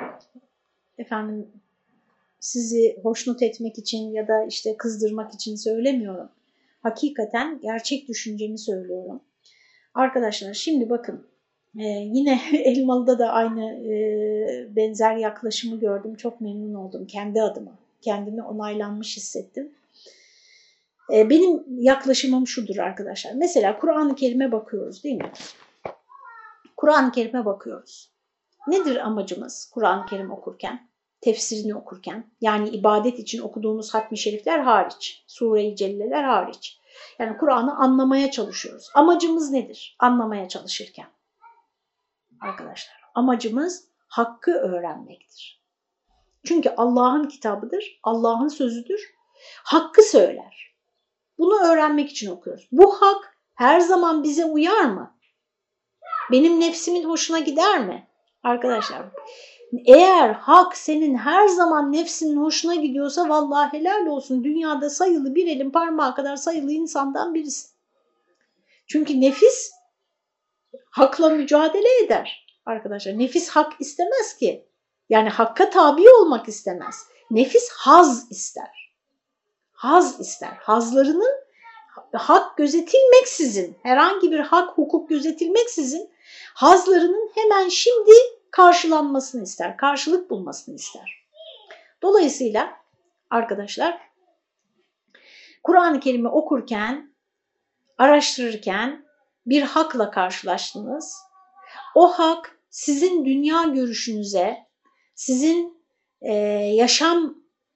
Sizi hoşnut etmek için ya da işte kızdırmak için söylemiyorum. Hakikaten gerçek düşüncemi söylüyorum. Arkadaşlar şimdi bakın, Yine Elmalı'da da aynı benzer yaklaşımı gördüm. Çok memnun oldum kendi adıma. Kendimi onaylanmış hissettim. Benim yaklaşımım şudur arkadaşlar. Mesela Kur'an-ı Kerim'e bakıyoruz değil mi? Kur'an-ı Kerim'e bakıyoruz. Nedir amacımız Kur'an-ı Kerim okurken? Tefsirini okurken, yani ibadet için okuduğumuz hatmi şerifler hariç, sure-i celleler hariç. Yani Kur'an'ı anlamaya çalışıyoruz. Amacımız nedir anlamaya çalışırken? Arkadaşlar, amacımız hakkı öğrenmektir. Çünkü Allah'ın kitabıdır, Allah'ın sözüdür, hakkı söyler. Bunu öğrenmek için okuyoruz. Bu hak her zaman bize uyar mı? Benim nefsimin hoşuna gider mi? Arkadaşlar, eğer hak senin her zaman nefsinin hoşuna gidiyorsa vallahi helal olsun, dünyada sayılı bir elin parmağı kadar sayılı insandan birisi. Çünkü nefis hakla mücadele eder arkadaşlar. Nefis hak istemez ki. Yani hakka tabi olmak istemez. Nefis haz ister. Haz ister. Hazlarının hak gözetilmeksizin, herhangi bir hak, hukuk gözetilmeksizin hazlarının hemen şimdi karşılanmasını ister, karşılık bulmasını ister. Dolayısıyla arkadaşlar, Kur'an-ı Kerim'i okurken, araştırırken bir hakla karşılaştınız. O hak sizin dünya görüşünüze, sizin yaşam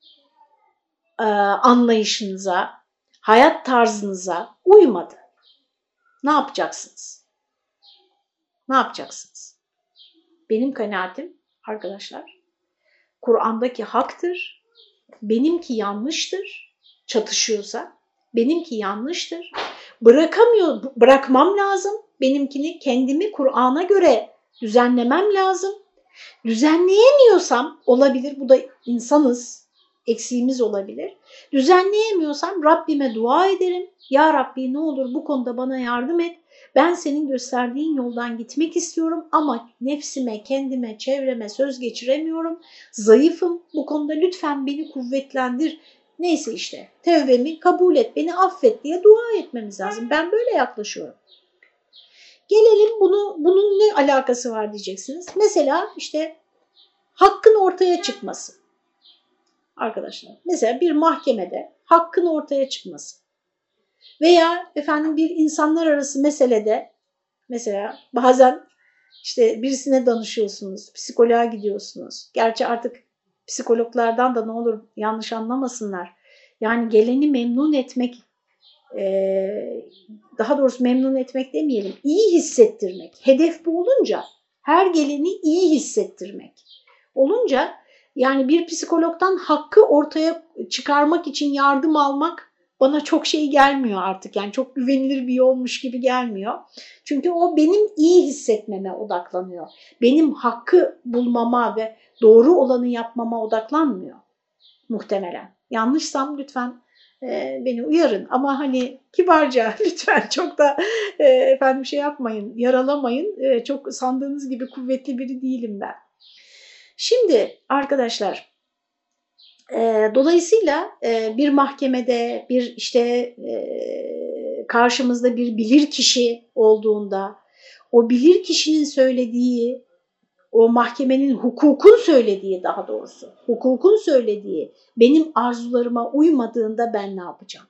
anlayışınıza, hayat tarzınıza uymadı. Ne yapacaksınız? Ne yapacaksınız? Benim kanaatim arkadaşlar, Kur'an'daki haktır, benimki yanlıştır, çatışıyorsa benimki yanlıştır. Bırakmam lazım. Benimkini, kendimi Kur'an'a göre düzenlemem lazım. Düzenleyemiyorsam, olabilir, bu da insanız, eksiğimiz olabilir. Düzenleyemiyorsam Rabbime dua ederim. Ya Rabbi, ne olur bu konuda bana yardım et. Ben senin gösterdiğin yoldan gitmek istiyorum ama nefsime, kendime, çevreme söz geçiremiyorum. Zayıfım bu konuda, lütfen beni kuvvetlendir. Neyse işte, tevbemi kabul et, beni affet diye dua etmemiz lazım. Ben böyle yaklaşıyorum. Gelelim bunun ne alakası var diyeceksiniz. Mesela işte hakkın ortaya çıkması. Arkadaşlar, mesela bir mahkemede hakkın ortaya çıkması. Veya efendim bir insanlar arası meselede, mesela bazen işte birisine danışıyorsunuz, psikoloğa gidiyorsunuz. Gerçi artık psikologlardan da ne olur yanlış anlamasınlar. Yani geleni memnun etmek, daha doğrusu memnun etmek demeyelim, iyi hissettirmek. Hedef bu olunca, her geleni iyi hissettirmek olunca, yani bir psikologdan hakkı ortaya çıkarmak için yardım almak bana çok şey gelmiyor artık. Yani çok güvenilir bir yolmuş gibi gelmiyor. Çünkü o benim iyi hissetmeme odaklanıyor. Benim hakkı bulmama ve doğru olanı yapmama odaklanmıyor muhtemelen. Yanlışsam lütfen beni uyarın, ama hani kibarca lütfen, çok da efendim şey yapmayın, yaralamayın. Çok sandığınız gibi kuvvetli biri değilim ben. Şimdi arkadaşlar, dolayısıyla bir mahkemede bir işte karşımızda bir bilirkişi olduğunda, o bilirkişinin söylediği, o mahkemenin, hukukun söylediği, daha doğrusu hukukun söylediği benim arzularıma uymadığında ben ne yapacağım?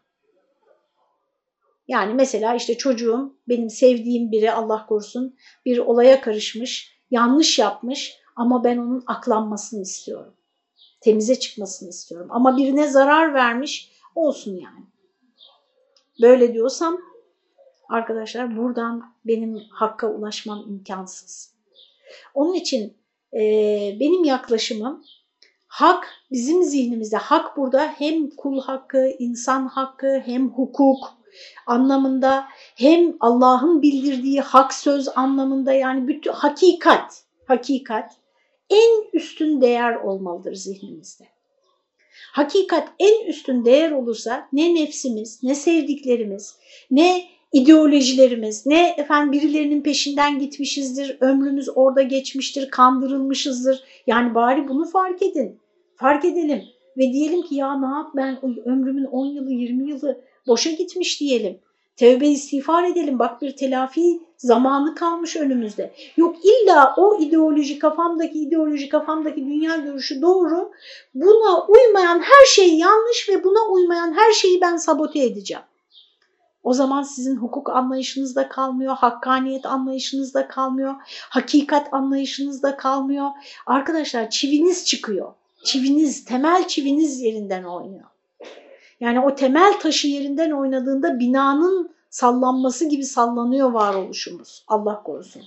Yani mesela işte çocuğum, benim sevdiğim biri, Allah korusun, bir olaya karışmış, yanlış yapmış ama ben onun aklanmasını istiyorum. Temize çıkmasını istiyorum. Ama birine zarar vermiş, olsun yani. Böyle diyorsam arkadaşlar, buradan benim hakka ulaşmam imkansız. Onun için benim yaklaşımım, hak bizim zihnimizde, hak burada hem kul hakkı, insan hakkı, hem hukuk anlamında, hem Allah'ın bildirdiği hak söz anlamında, yani bütün hakikat en üstün değer olmalıdır zihnimizde. Hakikat en üstün değer olursa ne nefsimiz, ne sevdiklerimiz, ne ideolojilerimiz, ne efendim birilerinin peşinden gitmişizdir, ömrümüz orada geçmiştir, kandırılmışızdır. Yani bari bunu fark edelim ve diyelim ki ya ne yap, ben ömrümün 10 yılı, 20 yılı boşa gitmiş diyelim. Tevbe istiğfar edelim. Bak bir telafi zamanı kalmış önümüzde. Yok illa o kafamdaki dünya görüşü doğru. Buna uymayan her şey yanlış ve buna uymayan her şeyi ben sabote edeceğim. O zaman sizin hukuk anlayışınız da kalmıyor, hakkaniyet anlayışınız da kalmıyor, hakikat anlayışınız da kalmıyor. Arkadaşlar çiviniz çıkıyor. Temel çiviniz yerinden oynuyor. Yani o temel taşı yerinden oynadığında binanın sallanması gibi sallanıyor varoluşumuz. Allah korusun.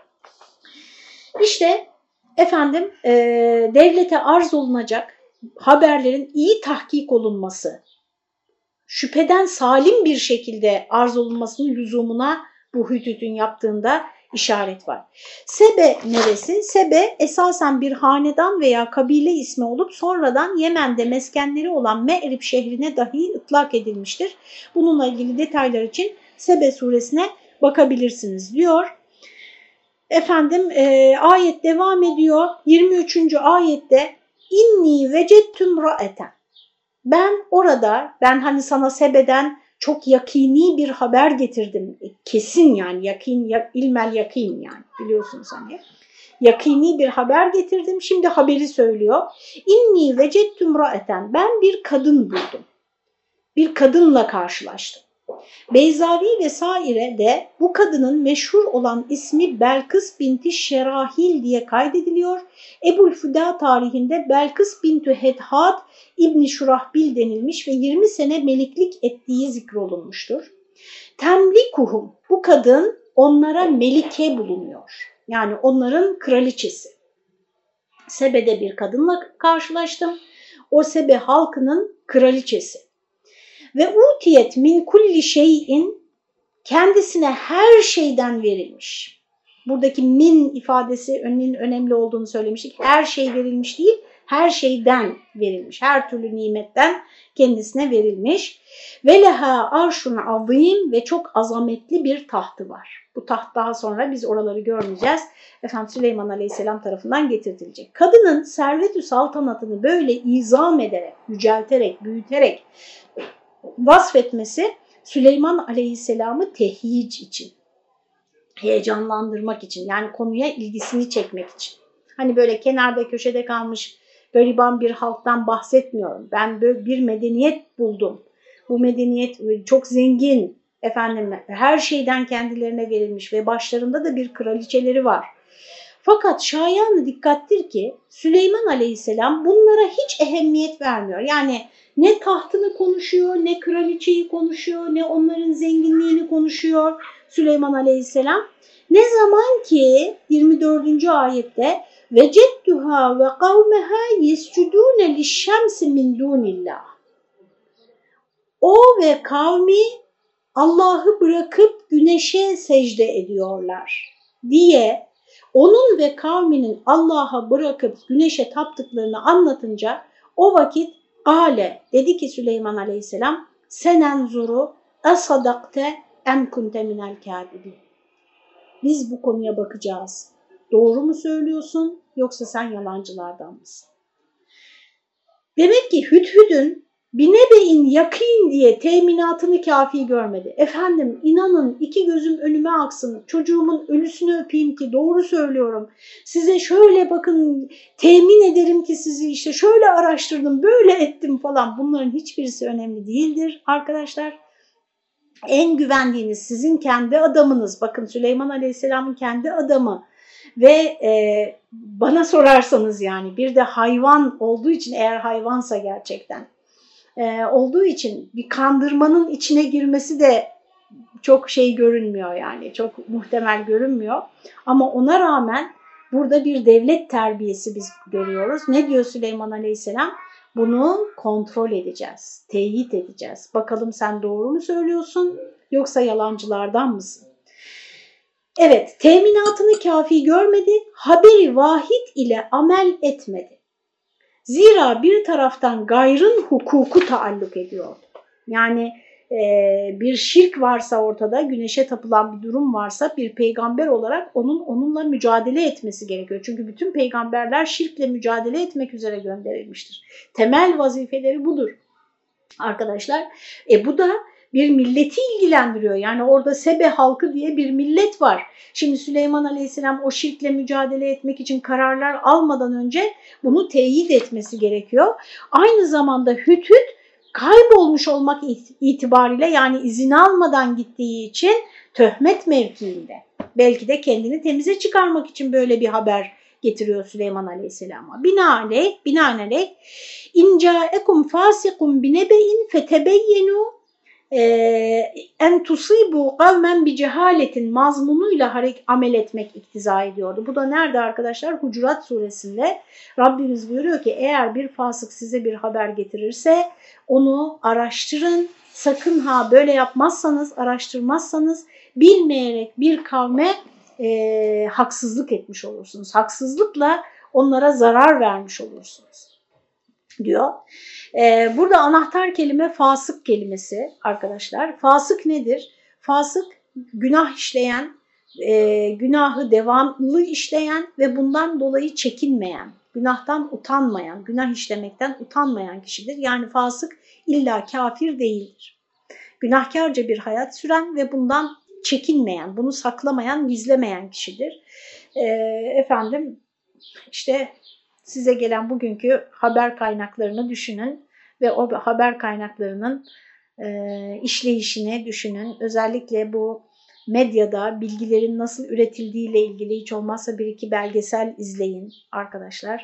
İşte efendim devlete arz olunacak haberlerin iyi tahkik olunması, şüpheden salim bir şekilde arz olunmasının lüzumuna bu Hüdüd'ün yaptığında işaret var. Sebe neresi? Sebe esasen bir hanedan veya kabile ismi olup sonradan Yemen'de meskenleri olan Me'rib şehrine dahi ıtlak edilmiştir. Bununla ilgili detaylar için Sebe suresine bakabilirsiniz diyor. Efendim ayet devam ediyor. 23. ayette İnni vecettüm ra'eten. Ben hani sana Sebe'den çok yakini bir haber getirdim. Kesin yani ilmel yakin yani biliyorsunuz hani. Yakini bir haber getirdim. Şimdi haberi söylüyor. İnni vecettüm ra'eten. Ben bir kadın buldum. Bir kadınla karşılaştım. Beyzavi vesaire de bu kadının meşhur olan ismi Belkıs binti Şerahil diye kaydediliyor. Ebu'l-Füda tarihinde Belkıs bintü Hedhad İbni Şurahbil denilmiş ve 20 sene meliklik ettiği zikrolunmuştur. Temlikuhum, bu kadın onlara melike bulunuyor. Yani onların kraliçesi. Sebe'de bir kadınla karşılaştım. O Sebe halkının kraliçesi. Ve utiyet min kulli şeyin, kendisine her şeyden verilmiş. Buradaki min ifadesi önemli olduğunu söylemiştik. Her şey verilmiş değil, her şeyden verilmiş. Her türlü nimetten kendisine verilmiş. Ve leha arşun azim, ve çok azametli bir tahtı var. Bu taht daha sonra biz oraları görmeyeceğiz. Efendim Süleyman Aleyhisselam tarafından getirtilecek. Kadının servet-ü saltanatını böyle izam ederek, yücelterek, büyüterek vasfetmesi Süleyman Aleyhisselam'ı tehyic için, heyecanlandırmak için, yani konuya ilgisini çekmek için. Hani böyle kenarda köşede kalmış gariban bir halktan bahsetmiyorum. Ben böyle bir medeniyet buldum. Bu medeniyet çok zengin, efendim her şeyden kendilerine verilmiş ve başlarında da bir kraliçeleri var. Fakat şayanı dikkattir ki Süleyman Aleyhisselam bunlara hiç ehemmiyet vermiyor. Yani ne tahtını konuşuyor, ne kraliçeyi konuşuyor, ne onların zenginliğini konuşuyor Süleyman Aleyhisselam. Ne zaman ki 24. ayette vecedduha ve kavmeha yescudune lişşemsi min dunillah. O ve kavmi Allah'ı bırakıp güneşe secde ediyorlar diye onun ve kavminin Allah'a bırakıp güneşe taptıklarını anlatınca o vakit Kale, dedi ki Süleyman Aleyhisselam, senenzuru esadakte em kunte minel kâdibin. Biz bu konuya bakacağız. Doğru mu söylüyorsun yoksa sen yalancılardan mısın? Demek ki Hüdhüd'ün binebeyin yakin diye teminatını kafi görmedi. Efendim inanın iki gözüm önüme aksın, çocuğumun ölüsünü öpeyim ki doğru söylüyorum. Size şöyle bakın, temin ederim ki sizi işte şöyle araştırdım, böyle ettim falan. Bunların hiçbirisi önemli değildir arkadaşlar. En güvendiğiniz sizin kendi adamınız. Bakın Süleyman Aleyhisselam'ın kendi adamı. Ve bana sorarsanız yani bir de hayvan olduğu için, eğer hayvansa gerçekten olduğu için bir kandırmanın içine girmesi de çok şey görünmüyor, yani çok muhtemel görünmüyor. Ama ona rağmen burada bir devlet terbiyesi biz görüyoruz. Ne diyor Süleyman Aleyhisselam? Bunu kontrol edeceğiz, teyit edeceğiz. Bakalım sen doğru mu söylüyorsun yoksa yalancılardan mısın? Evet, teminatını kafi görmedi, haberi vahid ile amel etmedi. Zira bir taraftan gayrın hukuku taalluk ediyordu. Yani bir şirk varsa ortada, güneşe tapılan bir durum varsa bir peygamber olarak onunla mücadele etmesi gerekiyor. Çünkü bütün peygamberler şirkle mücadele etmek üzere gönderilmiştir. Temel vazifeleri budur arkadaşlar. Bu da bir milleti ilgilendiriyor. Yani orada Sebe halkı diye bir millet var. Şimdi Süleyman Aleyhisselam o şirkle mücadele etmek için kararlar almadan önce bunu teyit etmesi gerekiyor. Aynı zamanda Hüdhüd kaybolmuş olmak itibariyle, yani izin almadan gittiği için töhmet mevkiinde. Belki de kendini temize çıkarmak için böyle bir haber getiriyor Süleyman Aleyhisselam'a. Binaenaleyh İn câekum fâsikun binebe'in fetebeyyenu en tusibu kavmen bi cehaletin mazmunuyla amel etmek iktiza ediyordu. Bu da nerede arkadaşlar? Hucurat suresinde Rabbimiz buyuruyor ki eğer bir fasık size bir haber getirirse onu araştırın. Sakın ha böyle yapmazsanız, araştırmazsanız bilmeyerek bir kavme haksızlık etmiş olursunuz. Haksızlıkla onlara zarar vermiş olursunuz diyor. Burada anahtar kelime fasık kelimesi arkadaşlar. Fasık nedir? Fasık günah işleyen, günahı devamlı işleyen ve bundan dolayı çekinmeyen, günahtan utanmayan, günah işlemekten utanmayan kişidir. Yani fasık illa kafir değildir. Günahkarca bir hayat süren ve bundan çekinmeyen, bunu saklamayan, gizlemeyen kişidir. İşte size gelen bugünkü haber kaynaklarını düşünün ve o haber kaynaklarının işleyişini düşünün. Özellikle bu medyada bilgilerin nasıl üretildiğiyle ilgili hiç olmazsa bir iki belgesel izleyin arkadaşlar.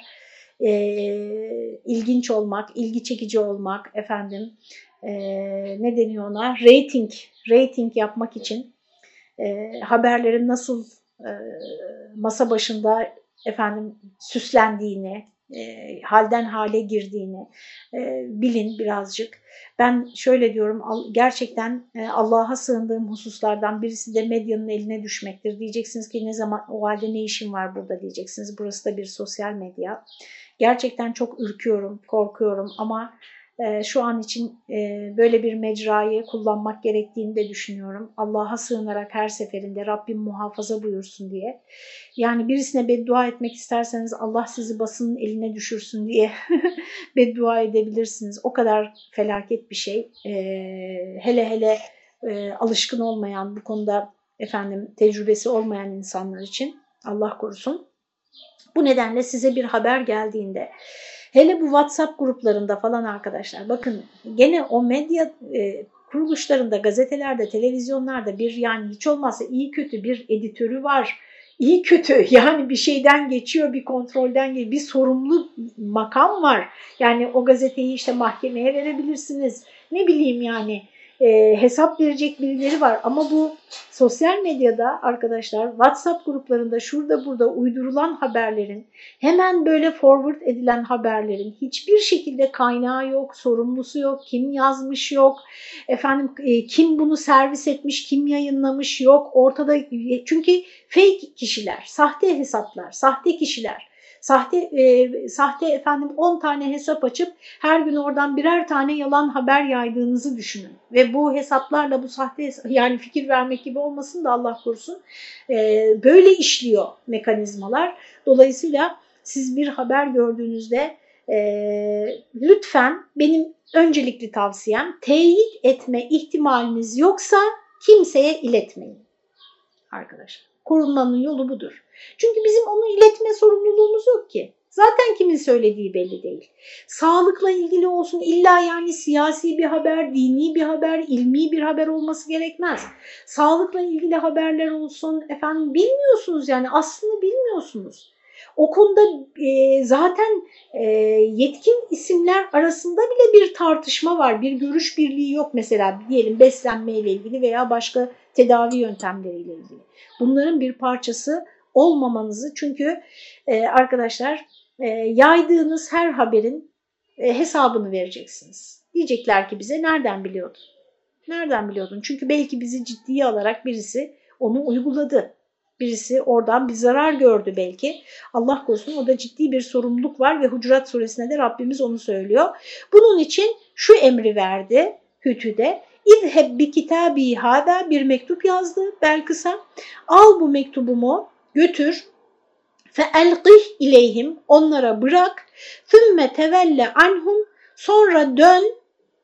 İlginç olmak, ilgi çekici olmak, ne deniyor ona? Rating yapmak için haberlerin nasıl masa başında süslendiğini, halden hale girdiğini bilin birazcık. Ben şöyle diyorum, gerçekten Allah'a sığındığım hususlardan birisi de medyanın eline düşmektir. Diyeceksiniz ki ne zaman, o halde ne işin var burada diyeceksiniz. Burası da bir sosyal medya. Gerçekten çok ürküyorum, korkuyorum ama şu an için böyle bir mecrayı kullanmak gerektiğini de düşünüyorum. Allah'a sığınarak her seferinde Rabbim muhafaza buyursun diye. Yani birisine beddua etmek isterseniz Allah sizi basının eline düşürsün diye beddua edebilirsiniz. O kadar felaket bir şey. Hele alışkın olmayan, bu konuda tecrübesi olmayan insanlar için Allah korusun. Bu nedenle size bir haber geldiğinde, hele bu WhatsApp gruplarında falan arkadaşlar, bakın gene o medya kuruluşlarında, gazetelerde, televizyonlarda bir, yani hiç olmazsa iyi kötü bir editörü var. İyi kötü yani bir şeyden geçiyor, bir kontrolden geçiyor, bir sorumlu makam var. Yani o gazeteyi işte mahkemeye verebilirsiniz. Ne bileyim yani hesap verecek birileri var. Ama bu sosyal medyada arkadaşlar, WhatsApp gruplarında şurada burada uydurulan haberlerin, hemen böyle forward edilen haberlerin hiçbir şekilde kaynağı yok, sorumlusu yok, kim yazmış yok, kim bunu servis etmiş, kim yayınlamış yok ortada. Çünkü fake kişiler, sahte hesaplar, sahte kişiler, sahte 10 tane hesap açıp her gün oradan birer tane yalan haber yaydığınızı düşünün. Ve bu hesaplarla, bu sahte yani fikir vermek gibi olmasın da Allah korusun, böyle işliyor mekanizmalar. Dolayısıyla siz bir haber gördüğünüzde lütfen, benim öncelikli tavsiyem, teyit etme ihtimaliniz yoksa kimseye iletmeyin arkadaşlar. Korunmanın yolu budur. Çünkü bizim onu iletme sorumluluğumuz yok ki. Zaten kimin söylediği belli değil. Sağlıkla ilgili olsun, illa yani siyasi bir haber, dini bir haber, ilmi bir haber olması gerekmez. Sağlıkla ilgili haberler olsun, bilmiyorsunuz yani, aslında bilmiyorsunuz. O konuda zaten yetkin isimler arasında bile bir tartışma var, bir görüş birliği yok. Mesela diyelim beslenmeyle ilgili veya başka tedavi yöntemleriyle ilgili. Bunların bir parçası olmamanızı, çünkü arkadaşlar yaydığınız her haberin hesabını vereceksiniz. Diyecekler ki bize, nereden biliyordun? Nereden biliyordun? Çünkü belki bizi ciddiye alarak birisi onu uyguladı. Birisi oradan bir zarar gördü belki. Allah korusun, o da ciddi bir sorumluluk var ve Hucurat suresinde de Rabbimiz onu söylüyor. Bunun için şu emri verdi Hüdhüd'e. İzheb bi kitabi hâdâ, bir mektup yazdı Belkıs'a. Al bu mektubumu, götür. Feelqih ileyhim, onlara bırak. Thümme tevelle anhum, sonra dön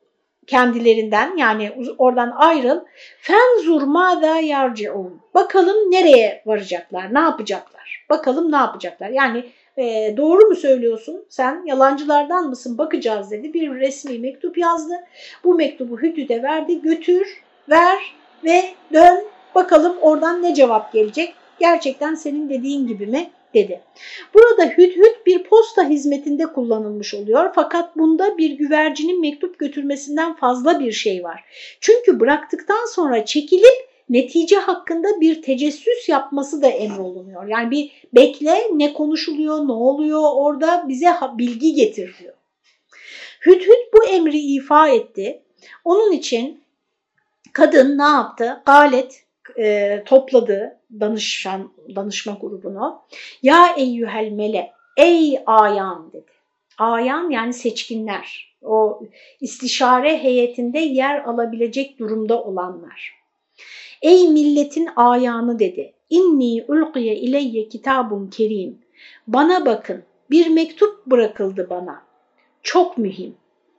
kendilerinden, yani oradan ayrıl. Fenzur mâzâ yarci'ûn. Bakalım nereye varacaklar, ne yapacaklar? Bakalım ne yapacaklar? Yani doğru mu söylüyorsun? Sen yalancılardan mısın? Bakacağız dedi. Bir resmi mektup yazdı. Bu mektubu Hüdhüd'e verdi. Götür, ver ve dön. Bakalım oradan ne cevap gelecek? Gerçekten senin dediğin gibi mi? Dedi. Burada Hüdhüd bir posta hizmetinde kullanılmış oluyor. Fakat bunda bir güvercinin mektup götürmesinden fazla bir şey var. Çünkü bıraktıktan sonra çekilip netice hakkında bir tecessüs yapması da emrolunuyor. Yani bir bekle, ne konuşuluyor, ne oluyor orada, bize bilgi getir diyor. Hüdhüd bu emri ifa etti. Onun için kadın ne yaptı? Galet topladı danışma grubunu. Ya eyyühel mele, ey ayan dedi. Ayan yani seçkinler, o istişare heyetinde yer alabilecek durumda olanlar. Ey milletin ayanı dedi. İnni ulqiye ileyye kitabun kerim. Bana bakın, bir mektup bırakıldı bana. Çok mühim.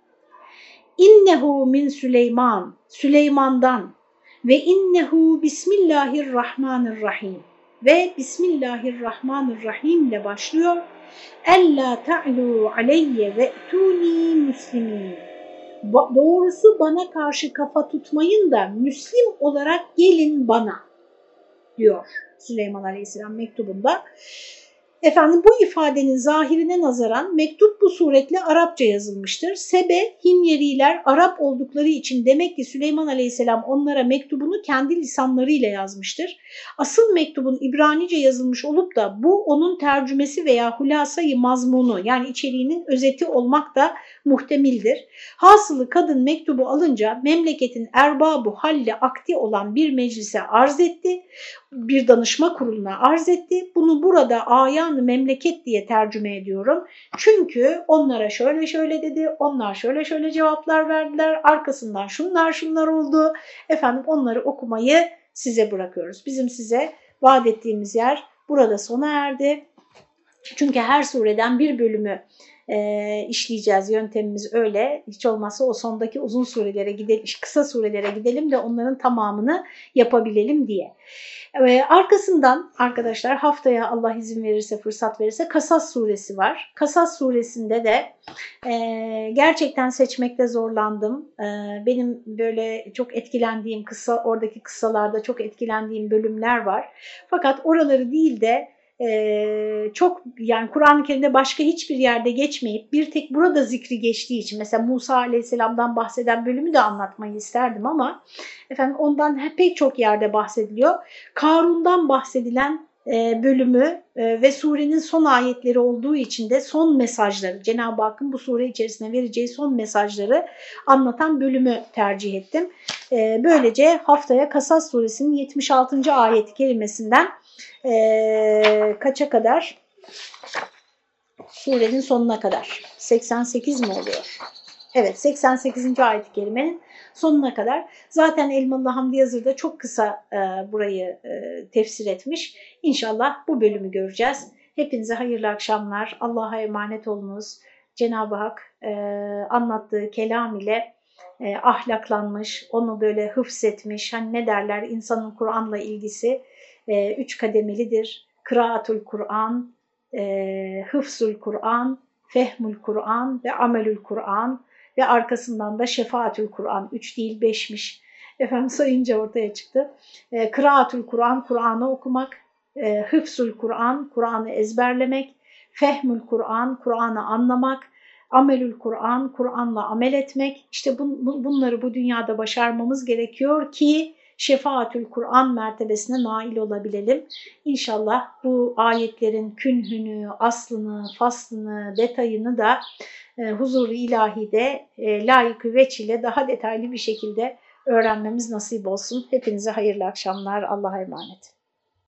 İnnehu min Süleyman, Süleyman'dan ve innehu bismillahirrahmanirrahim ve bismillahirrahmanirrahim ile başlıyor. Ella ta'lu aleyye ve tuni muslimin. Doğrusu bana karşı kafa tutmayın da Müslim olarak gelin bana diyor Süleyman Aleyhisselam mektubunda. Efendim bu ifadenin zahirine nazaran mektup bu suretle Arapça yazılmıştır. Sebe, Himyeriler Arap oldukları için demek ki Süleyman Aleyhisselam onlara mektubunu kendi lisanlarıyla yazmıştır. Asıl mektubun İbranice yazılmış olup da bu onun tercümesi veya hulasayı mazmunu, yani içeriğinin özeti olmak da muhtemildir. Hasılı kadın mektubu alınca memleketin erbabı halle akdi olan bir meclise arz etti. Bir danışma kuruluna arz etti. Bunu burada ayan memleket diye tercüme ediyorum. Çünkü onlara şöyle şöyle dedi, onlar şöyle şöyle cevaplar verdiler, arkasından şunlar oldu. Efendim onları okumayı size bırakıyoruz. Bizim size vaat ettiğimiz yer burada sona erdi. Çünkü her sureden bir bölümü işleyeceğiz. Yöntemimiz öyle. Hiç olmazsa o sondaki uzun surelere gidelim, kısa surelere gidelim de onların tamamını yapabilelim diye. Arkasından arkadaşlar haftaya Allah izin verirse, fırsat verirse Kasas suresi var. Kasas suresinde de gerçekten seçmekte zorlandım. Benim böyle çok etkilendiğim oradaki kıssalarda çok etkilendiğim bölümler var. Fakat oraları değil de çok, yani Kur'an-ı Kerim'de başka hiçbir yerde geçmeyip bir tek burada zikri geçtiği için, mesela Musa Aleyhisselam'dan bahseden bölümü de anlatmayı isterdim ama efendim ondan pek çok yerde bahsediliyor. Karun'dan bahsedilen bölümü ve surenin son ayetleri olduğu için de son mesajları, Cenab-ı Hakk'ın bu sure içerisinde vereceği son mesajları anlatan bölümü tercih ettim. Böylece haftaya Kasas suresinin 76. ayet-i kerimesinden kaça kadar? Surenin sonuna kadar. 88 mi oluyor? Evet, 88. ayet-i kerimenin sonuna kadar. Zaten Elmalı Hamdi Yazır da çok kısa burayı tefsir etmiş. İnşallah bu bölümü göreceğiz. Hepinize hayırlı akşamlar. Allah'a emanet olunuz. Cenab-ı Hak anlattığı kelam ile ahlaklanmış, onu böyle hıfzetmiş. Hani ne derler, insanın Kur'an'la ilgisi 3 kademelidir. Kıraatul Kur'an, hıfzul Kur'an, fehmül Kur'an ve amelül Kur'an ve arkasından da şefaatül Kur'an. 3 değil 5'miş. Efendim sayınca ortaya çıktı. Kıraatul Kur'an, Kur'an'ı okumak, hıfzul Kur'an, Kur'an'ı ezberlemek, fehmül Kur'an, Kur'an'ı anlamak, amelül Kur'an, Kur'an'la amel etmek. İşte bunları bu dünyada başarmamız gerekiyor ki şefaatül Kur'an mertebesine nail olabilelim. İnşallah bu ayetlerin künhünü, aslını, faslını, detayını da huzur-u ilahide layık-ı veç ile daha detaylı bir şekilde öğrenmemiz nasip olsun. Hepinize hayırlı akşamlar. Allah'a emanet.